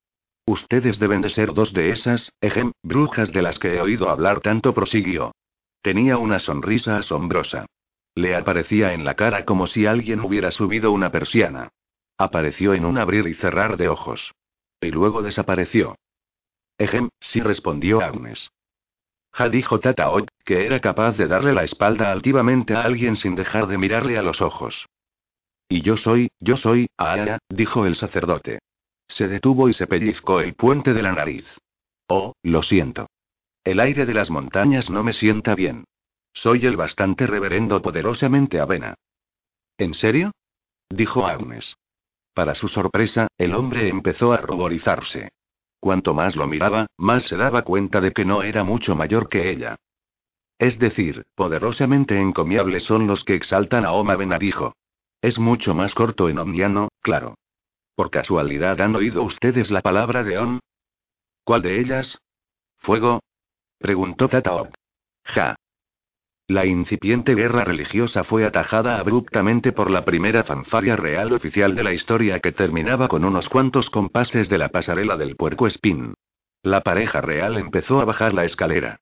Ustedes deben de ser dos de esas, ejem, brujas de las que he oído hablar tanto, prosiguió. Tenía una sonrisa asombrosa. Le aparecía en la cara como si alguien hubiera subido una persiana. Apareció en un abrir y cerrar de ojos. Y luego desapareció. Ejem, sí, respondió Agnes. Ja, dijo Tata Og, que era capaz de darle la espalda altivamente a alguien sin dejar de mirarle a los ojos. Y yo soy, yo soy, Aaya, dijo el sacerdote. Se detuvo y se pellizcó el puente de la nariz. Oh, lo siento. El aire de las montañas no me sienta bien. Soy el bastante reverendo poderosamente Avena. ¿En serio? Dijo Agnes. Para su sorpresa, el hombre empezó a ruborizarse. Cuanto más lo miraba, más se daba cuenta de que no era mucho mayor que ella. Es decir, poderosamente encomiables son los que exaltan a Om Avena, dijo. Es mucho más corto en omniano, claro. ¿Por casualidad han oído ustedes la palabra de Om? ¿Cuál de ellas? ¿Fuego? Preguntó Tata Og. Ja. La incipiente guerra religiosa fue atajada abruptamente por la primera fanfarria real oficial de la historia, que terminaba con unos cuantos compases de la pasarela del puercoespín. La pareja real empezó a bajar la escalera.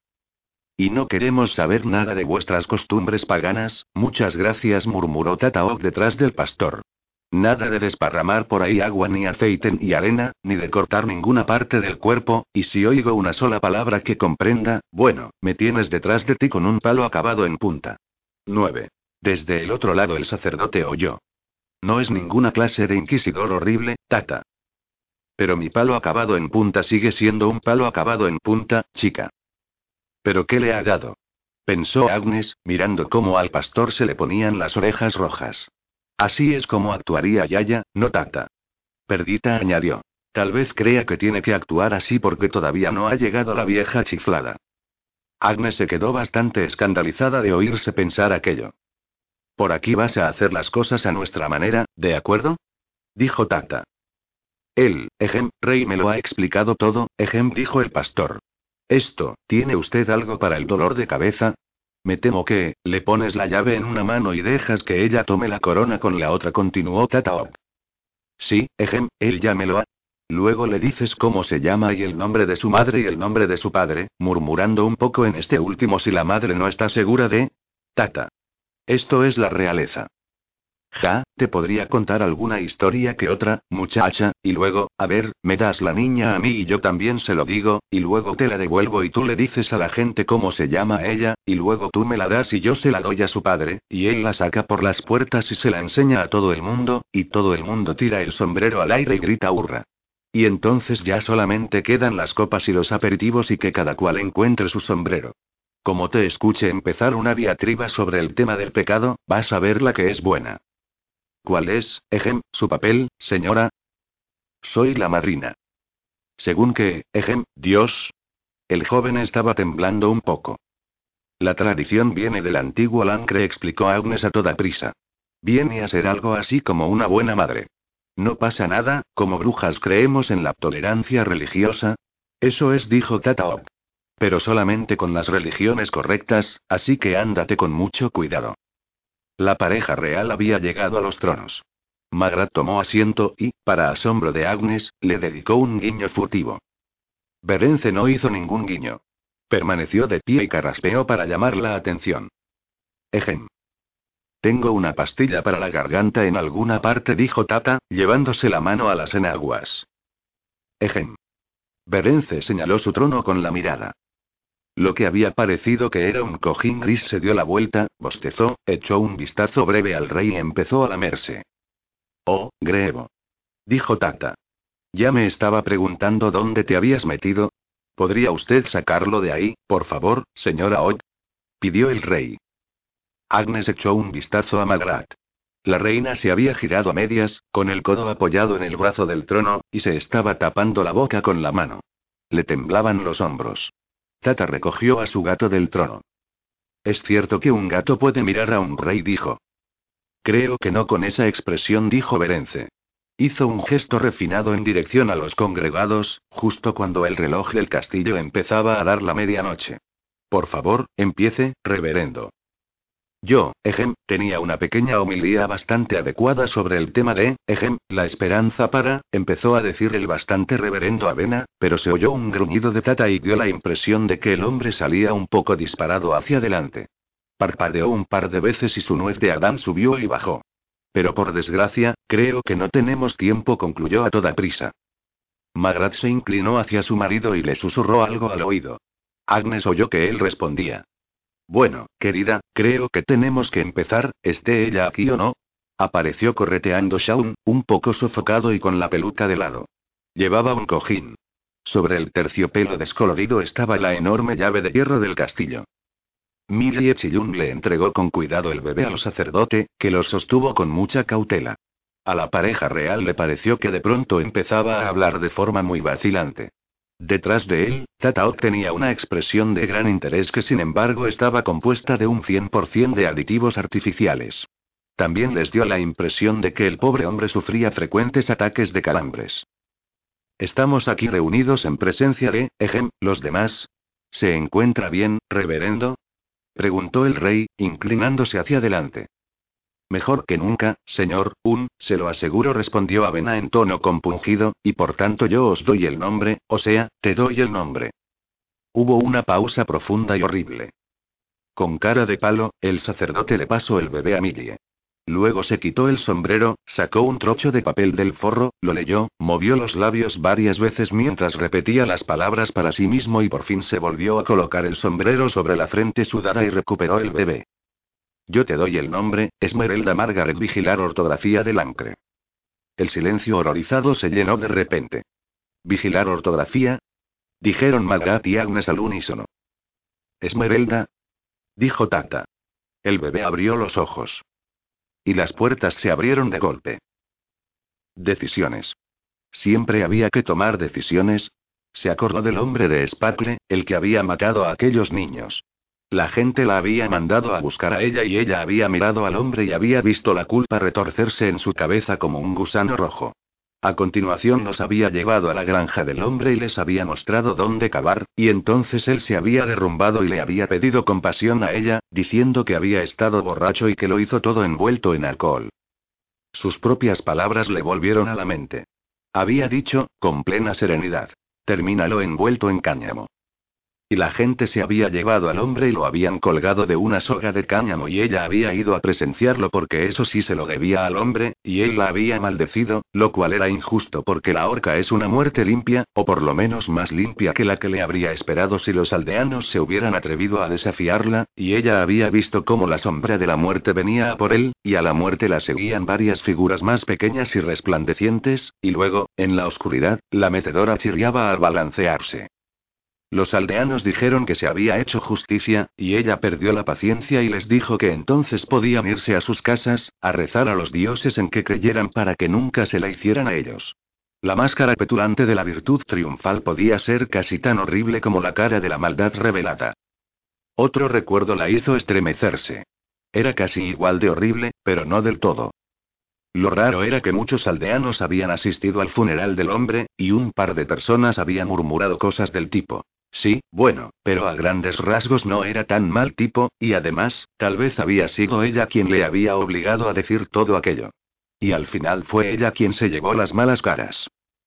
Y no queremos saber nada de vuestras costumbres paganas, muchas gracias, murmuró Tata Og detrás del pastor. Nada de desparramar por ahí agua ni aceite ni arena, ni de cortar ninguna parte del cuerpo, y si oigo una sola palabra que comprenda, bueno, me tienes detrás de ti con un palo acabado en punta. nueve. Desde el otro lado el sacerdote oyó. No es ninguna clase de inquisidor horrible, Tata. Pero mi palo acabado en punta sigue siendo un palo acabado en punta, chica. ¿Pero qué le ha dado? Pensó Agnes, mirando cómo al pastor se le ponían las orejas rojas. Así es como actuaría Yaya, no Tata. Perdita añadió. Tal vez crea que tiene que actuar así porque todavía no ha llegado la vieja chiflada. Agnes se quedó bastante escandalizada de oírse pensar aquello. Por aquí vas a hacer las cosas a nuestra manera, ¿de acuerdo? Dijo Tata. Él, ejem, rey me lo ha explicado todo, ejem, dijo el pastor. Esto, ¿tiene usted algo para el dolor de cabeza? Me temo que, le pones la llave en una mano y dejas que ella tome la corona con la otra, continuó Tata Og. Sí, ejem, él ya me lo ha. Luego le dices cómo se llama y el nombre de su madre y el nombre de su padre, murmurando un poco en este último si la madre no está segura de... Tata. Esto es la realeza. Ja, te podría contar alguna historia que otra, muchacha, y luego, a ver, me das la niña a mí y yo también se lo digo, y luego te la devuelvo y tú le dices a la gente cómo se llama a ella, y luego tú me la das y yo se la doy a su padre, y él la saca por las puertas y se la enseña a todo el mundo, y todo el mundo tira el sombrero al aire y grita hurra. Y entonces ya solamente quedan las copas y los aperitivos y que cada cual encuentre su sombrero. Como te escuche empezar una diatriba sobre el tema del pecado, vas a ver la que es buena. ¿Cuál es, ejem, su papel, señora? Soy la madrina. ¿Según qué, ejem, Dios? El joven estaba temblando un poco. La tradición viene del antiguo Lancre, explicó Agnes a toda prisa. Viene a ser algo así como una buena madre. No pasa nada, como brujas creemos en la tolerancia religiosa. Eso es, dijo Tata Og. Pero solamente con las religiones correctas, así que ándate con mucho cuidado. La pareja real había llegado a los tronos. Magrat tomó asiento y, para asombro de Agnes, le dedicó un guiño furtivo. Berence no hizo ningún guiño. Permaneció de pie y carraspeó para llamar la atención. Ejem. Tengo una pastilla para la garganta en alguna parte, dijo Tata, llevándose la mano a las enaguas. Ejem. Berence señaló su trono con la mirada. Lo que había parecido que era un cojín gris se dio la vuelta, bostezó, echó un vistazo breve al rey y empezó a lamerse. Oh, Grebo. Dijo Tata. Ya me estaba preguntando dónde te habías metido. ¿Podría usted sacarlo de ahí, por favor, señora Og? Pidió el rey. Agnes echó un vistazo a Magrat. La reina se había girado a medias, con el codo apoyado en el brazo del trono, y se estaba tapando la boca con la mano. Le temblaban los hombros. Tata recogió a su gato del trono. Es cierto que un gato puede mirar a un rey, dijo. Creo que no con esa expresión, dijo Berence. Hizo un gesto refinado en dirección a los congregados, justo cuando el reloj del castillo empezaba a dar la medianoche. Por favor, empiece, reverendo. Yo, ejem, tenía una pequeña homilía bastante adecuada sobre el tema de, ejem, la esperanza para, empezó a decir el bastante reverendo Avena, pero se oyó un gruñido de Tata y dio la impresión de que el hombre salía un poco disparado hacia adelante. Parpadeó un par de veces y su nuez de Adán subió y bajó. Pero por desgracia, creo que no tenemos tiempo, concluyó a toda prisa. Magrat se inclinó hacia su marido y le susurró algo al oído. Agnes oyó que él respondía. Bueno, querida, creo que tenemos que empezar, esté ella aquí o no. Apareció correteando Shaun, un poco sofocado y con la peluca de lado. Llevaba un cojín. Sobre el terciopelo descolorido estaba la enorme llave de hierro del castillo. Millie Chillun le entregó con cuidado el bebé al sacerdote, que lo sostuvo con mucha cautela. A la pareja real le pareció que de pronto empezaba a hablar de forma muy vacilante. Detrás de él, Tataok tenía una expresión de gran interés que sin embargo estaba compuesta de un cien por ciento de aditivos artificiales. También les dio la impresión de que el pobre hombre sufría frecuentes ataques de calambres. Estamos aquí reunidos en presencia de, ejem, los demás. ¿Se encuentra bien, reverendo? Preguntó el rey, inclinándose hacia adelante. Mejor que nunca, señor, un, se lo aseguro, respondió Avena en tono compungido, y por tanto yo os doy el nombre, o sea, te doy el nombre. Hubo una pausa profunda y horrible. Con cara de palo, el sacerdote le pasó el bebé a Millie. Luego se quitó el sombrero, sacó un trocho de papel del forro, lo leyó, movió los labios varias veces mientras repetía las palabras para sí mismo y por fin se volvió a colocar el sombrero sobre la frente sudada y recuperó el bebé. Yo te doy el nombre, Esmeralda Margaret, vigilar ortografía del Ancre. El silencio horrorizado se llenó de repente. ¿Vigilar ortografía? Dijeron Magrat y Agnes al unísono. Esmeralda, dijo Tata. El bebé abrió los ojos. Y las puertas se abrieron de golpe. Decisiones. Siempre había que tomar decisiones. Se acordó del hombre de Sparkle, el que había matado a aquellos niños. La gente la había mandado a buscar a ella y ella había mirado al hombre y había visto la culpa retorcerse en su cabeza como un gusano rojo. A continuación los había llevado a la granja del hombre y les había mostrado dónde cavar, y entonces él se había derrumbado y le había pedido compasión a ella, diciendo que había estado borracho y que lo hizo todo envuelto en alcohol. Sus propias palabras le volvieron a la mente. Había dicho, con plena serenidad: termínalo envuelto en cáñamo. Y la gente se había llevado al hombre y lo habían colgado de una soga de cáñamo y ella había ido a presenciarlo porque eso sí se lo debía al hombre, y él la había maldecido, lo cual era injusto porque la horca es una muerte limpia, o por lo menos más limpia que la que le habría esperado si los aldeanos se hubieran atrevido a desafiarla, y ella había visto cómo la sombra de la muerte venía a por él, y a la muerte la seguían varias figuras más pequeñas y resplandecientes, y luego, en la oscuridad, la metedora chirriaba al balancearse. Los aldeanos dijeron que se había hecho justicia, y ella perdió la paciencia y les dijo que entonces podían irse a sus casas, a rezar a los dioses en que creyeran para que nunca se la hicieran a ellos. La máscara petulante de la virtud triunfal podía ser casi tan horrible como la cara de la maldad revelada. Otro recuerdo la hizo estremecerse. Era casi igual de horrible, pero no del todo. Lo raro era que muchos aldeanos habían asistido al funeral del hombre, y un par de personas habían murmurado cosas del tipo: sí, bueno, pero a grandes rasgos no era tan mal tipo, y además, tal vez había sido ella quien le había obligado a decir todo aquello. Y al final fue ella quien se llevó las malas caras.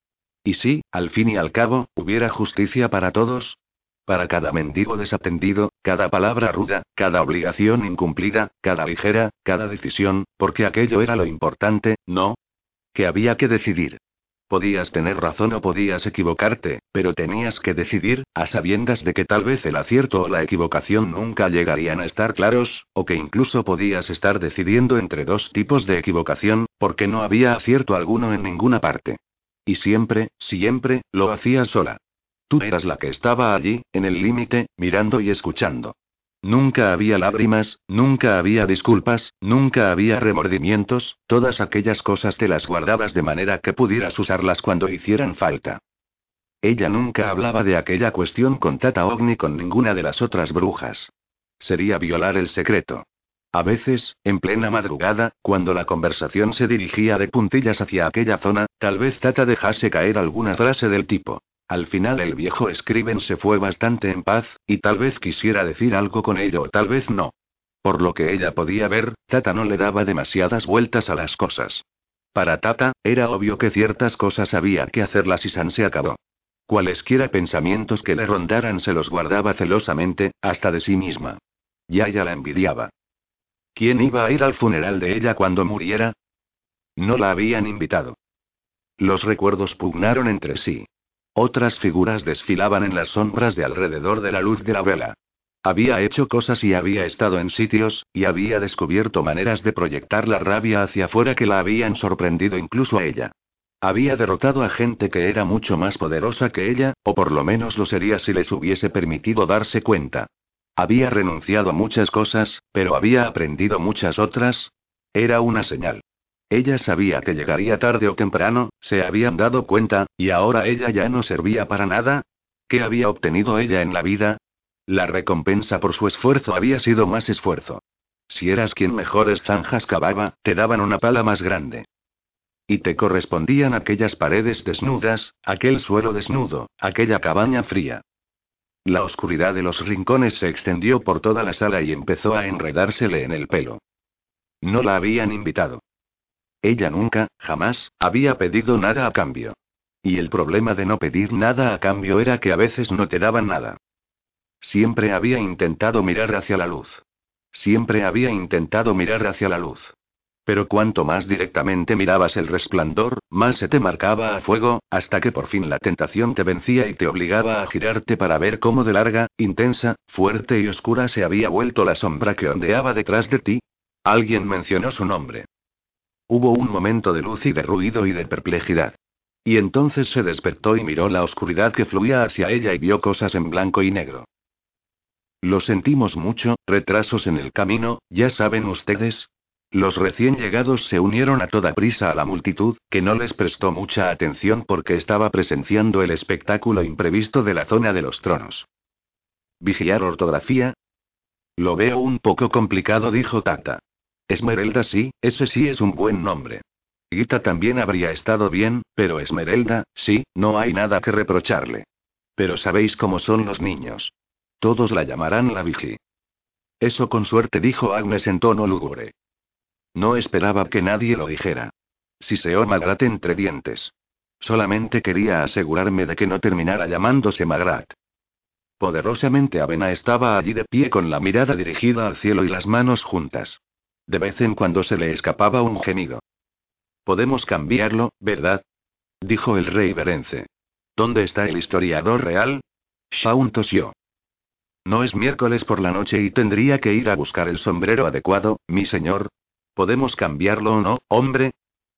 Y sí, al fin y al cabo, ¿hubiera justicia para todos? Para cada mendigo desatendido, cada palabra ruda, cada obligación incumplida, cada ligera, cada decisión, porque aquello era lo importante, ¿no? Que había que decidir. Podías tener razón o podías equivocarte, pero tenías que decidir, a sabiendas de que tal vez el acierto o la equivocación nunca llegarían a estar claros, o que incluso podías estar decidiendo entre dos tipos de equivocación, porque no había acierto alguno en ninguna parte. Y siempre, siempre, lo hacías sola. Tú eras la que estaba allí, en el límite, mirando y escuchando. Nunca había lágrimas, nunca había disculpas, nunca había remordimientos, todas aquellas cosas te las guardabas de manera que pudieras usarlas cuando hicieran falta. Ella nunca hablaba de aquella cuestión con Tata Og ni con ninguna de las otras brujas. Sería violar el secreto. A veces, en plena madrugada, cuando la conversación se dirigía de puntillas hacia aquella zona, tal vez Tata dejase caer alguna frase del tipo: al final el viejo Scriven se fue bastante en paz, y tal vez quisiera decir algo con ello o tal vez no. Por lo que ella podía ver, Tata no le daba demasiadas vueltas a las cosas. Para Tata, era obvio que ciertas cosas había que hacerlas y San se acabó. Cualesquiera pensamientos que le rondaran se los guardaba celosamente, hasta de sí misma. Yaya la envidiaba. ¿Quién iba a ir al funeral de ella cuando muriera? No la habían invitado. Los recuerdos pugnaron entre sí. Otras figuras desfilaban en las sombras de alrededor de la luz de la vela. Había hecho cosas y había estado en sitios, y había descubierto maneras de proyectar la rabia hacia afuera que la habían sorprendido incluso a ella. Había derrotado a gente que era mucho más poderosa que ella, o por lo menos lo sería si les hubiese permitido darse cuenta. Había renunciado a muchas cosas, pero había aprendido muchas otras. Era una señal. Ella sabía que llegaría tarde o temprano, se habían dado cuenta, y ahora ella ya no servía para nada. ¿Qué había obtenido ella en la vida? La recompensa por su esfuerzo había sido más esfuerzo. Si eras quien mejores zanjas cavaba, te daban una pala más grande. Y te correspondían aquellas paredes desnudas, aquel suelo desnudo, aquella cabaña fría. La oscuridad de los rincones se extendió por toda la sala y empezó a enredársele en el pelo. No la habían invitado. Ella nunca, jamás, había pedido nada a cambio. Y el problema de no pedir nada a cambio era que a veces no te daban nada. Siempre había intentado mirar hacia la luz. Siempre había intentado mirar hacia la luz. Pero cuanto más directamente mirabas el resplandor, más se te marcaba a fuego, hasta que por fin la tentación te vencía y te obligaba a girarte para ver cómo de larga, intensa, fuerte y oscura se había vuelto la sombra que ondeaba detrás de ti. Alguien mencionó su nombre. Hubo un momento de luz y de ruido y de perplejidad. Y entonces se despertó y miró la oscuridad que fluía hacia ella y vio cosas en blanco y negro. Lo sentimos mucho, retrasos en el camino, ya saben ustedes. Los recién llegados se unieron a toda prisa a la multitud, que no les prestó mucha atención porque estaba presenciando el espectáculo imprevisto de la zona de los tronos. ¿Vigilar ortografía? Lo veo un poco complicado, dijo Tata. Esmeralda sí, ese sí es un buen nombre. Gita también habría estado bien, pero Esmeralda, sí, no hay nada que reprocharle. Pero sabéis cómo son los niños. Todos la llamarán la Vigi. Eso con suerte, dijo Agnes en tono lúgubre. No esperaba que nadie lo dijera. Siseó Magrat entre dientes. Solamente quería asegurarme de que no terminara llamándose Magrat. Poderosamente Avena estaba allí de pie con la mirada dirigida al cielo y las manos juntas. De vez en cuando se le escapaba un gemido. Podemos cambiarlo, ¿verdad? Dijo el rey Berence. ¿Dónde está el historiador real? Shaun tosió. No es miércoles por la noche y tendría que ir a buscar el sombrero adecuado, mi señor. ¿Podemos cambiarlo o no, hombre?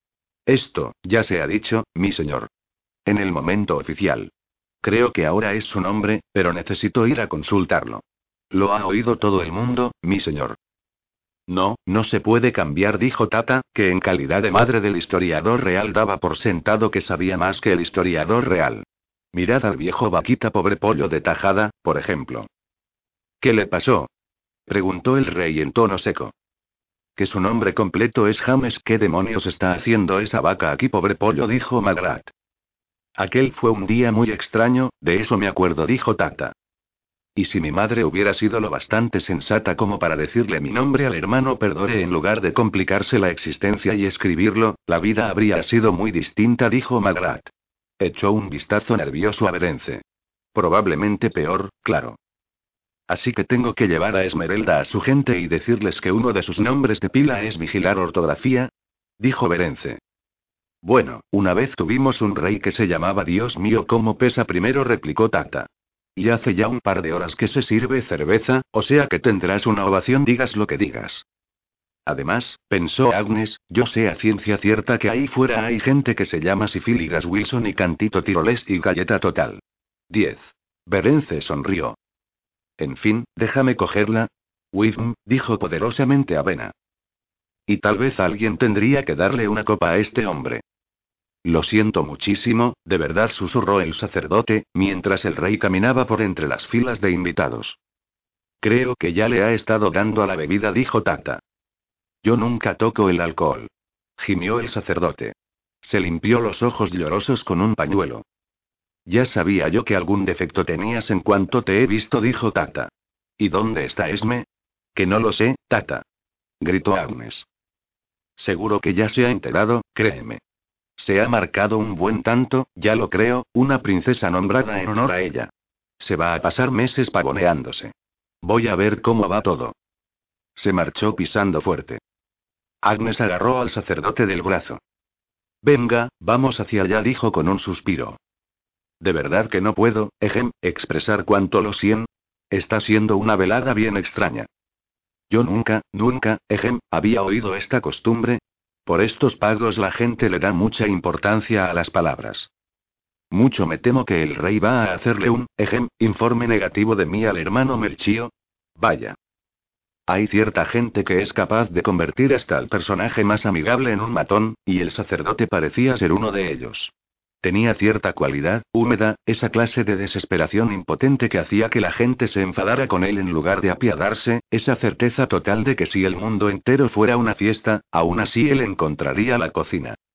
Esto, ya se ha dicho, mi señor. En el momento oficial. Creo que ahora es su nombre, pero necesito ir a consultarlo. Lo ha oído todo el mundo, mi señor. No, no se puede cambiar, dijo Tata, que en calidad de madre del historiador real daba por sentado que sabía más que el historiador real. Mirad al viejo vaquita pobre pollo de Tajada, por ejemplo. ¿Qué le pasó? Preguntó el rey en tono seco. Que su nombre completo es James. ¿Qué demonios está haciendo esa vaca aquí, pobre pollo?, dijo Magrat. Aquel fue un día muy extraño, de eso me acuerdo, dijo Tata. Y si mi madre hubiera sido lo bastante sensata como para decirle mi nombre al hermano Perdore en lugar de complicarse la existencia y escribirlo, la vida habría sido muy distinta, dijo Magrat. Echó un vistazo nervioso a Berence. Probablemente peor, claro. Así que tengo que llevar a Esmeralda a su gente y decirles que uno de sus nombres de pila es vigilar ortografía, dijo Berence. Bueno, una vez tuvimos un rey que se llamaba Dios mío cómo pesa primero, replicó Tata. Y hace ya un par de horas que se sirve cerveza, o sea que tendrás una ovación digas lo que digas. Además, pensó Agnes, yo sé a ciencia cierta que ahí fuera hay gente que se llama Sifíligas Wilson y Cantito Tiroles y Galleta Total. diez. Berence sonrió. En fin, déjame cogerla. Wism, dijo poderosamente Avena. Y tal vez alguien tendría que darle una copa a este hombre. Lo siento muchísimo, de verdad, susurró el sacerdote, mientras el rey caminaba por entre las filas de invitados. Creo que ya le ha estado dando a la bebida, dijo Tata. Yo nunca toco el alcohol. Gimió el sacerdote. Se limpió los ojos llorosos con un pañuelo. Ya sabía yo que algún defecto tenías en cuanto te he visto, dijo Tata. ¿Y dónde está Esme? Que no lo sé, Tata. Gritó Agnes. Seguro que ya se ha enterado, créeme. Se ha marcado un buen tanto, ya lo creo, una princesa nombrada en honor a ella. Se va a pasar meses pavoneándose. Voy a ver cómo va todo. Se marchó pisando fuerte. Agnes agarró al sacerdote del brazo. Venga, vamos hacia allá, dijo con un suspiro. De verdad que no puedo, ejem, expresar cuánto lo siento. Está siendo una velada bien extraña. Yo nunca, nunca, ejem, había oído esta costumbre. Por estos pagos la gente le da mucha importancia a las palabras. Mucho me temo que el rey va a hacerle un, ejem, informe negativo de mí al hermano Melchío. Vaya. Hay cierta gente que es capaz de convertir hasta al personaje más amigable en un matón, y el sacerdote parecía ser uno de ellos. Tenía cierta cualidad, húmeda, esa clase de desesperación impotente que hacía que la gente se enfadara con él en lugar de apiadarse, esa certeza total de que si el mundo entero fuera una fiesta, aún así él encontraría la cocina.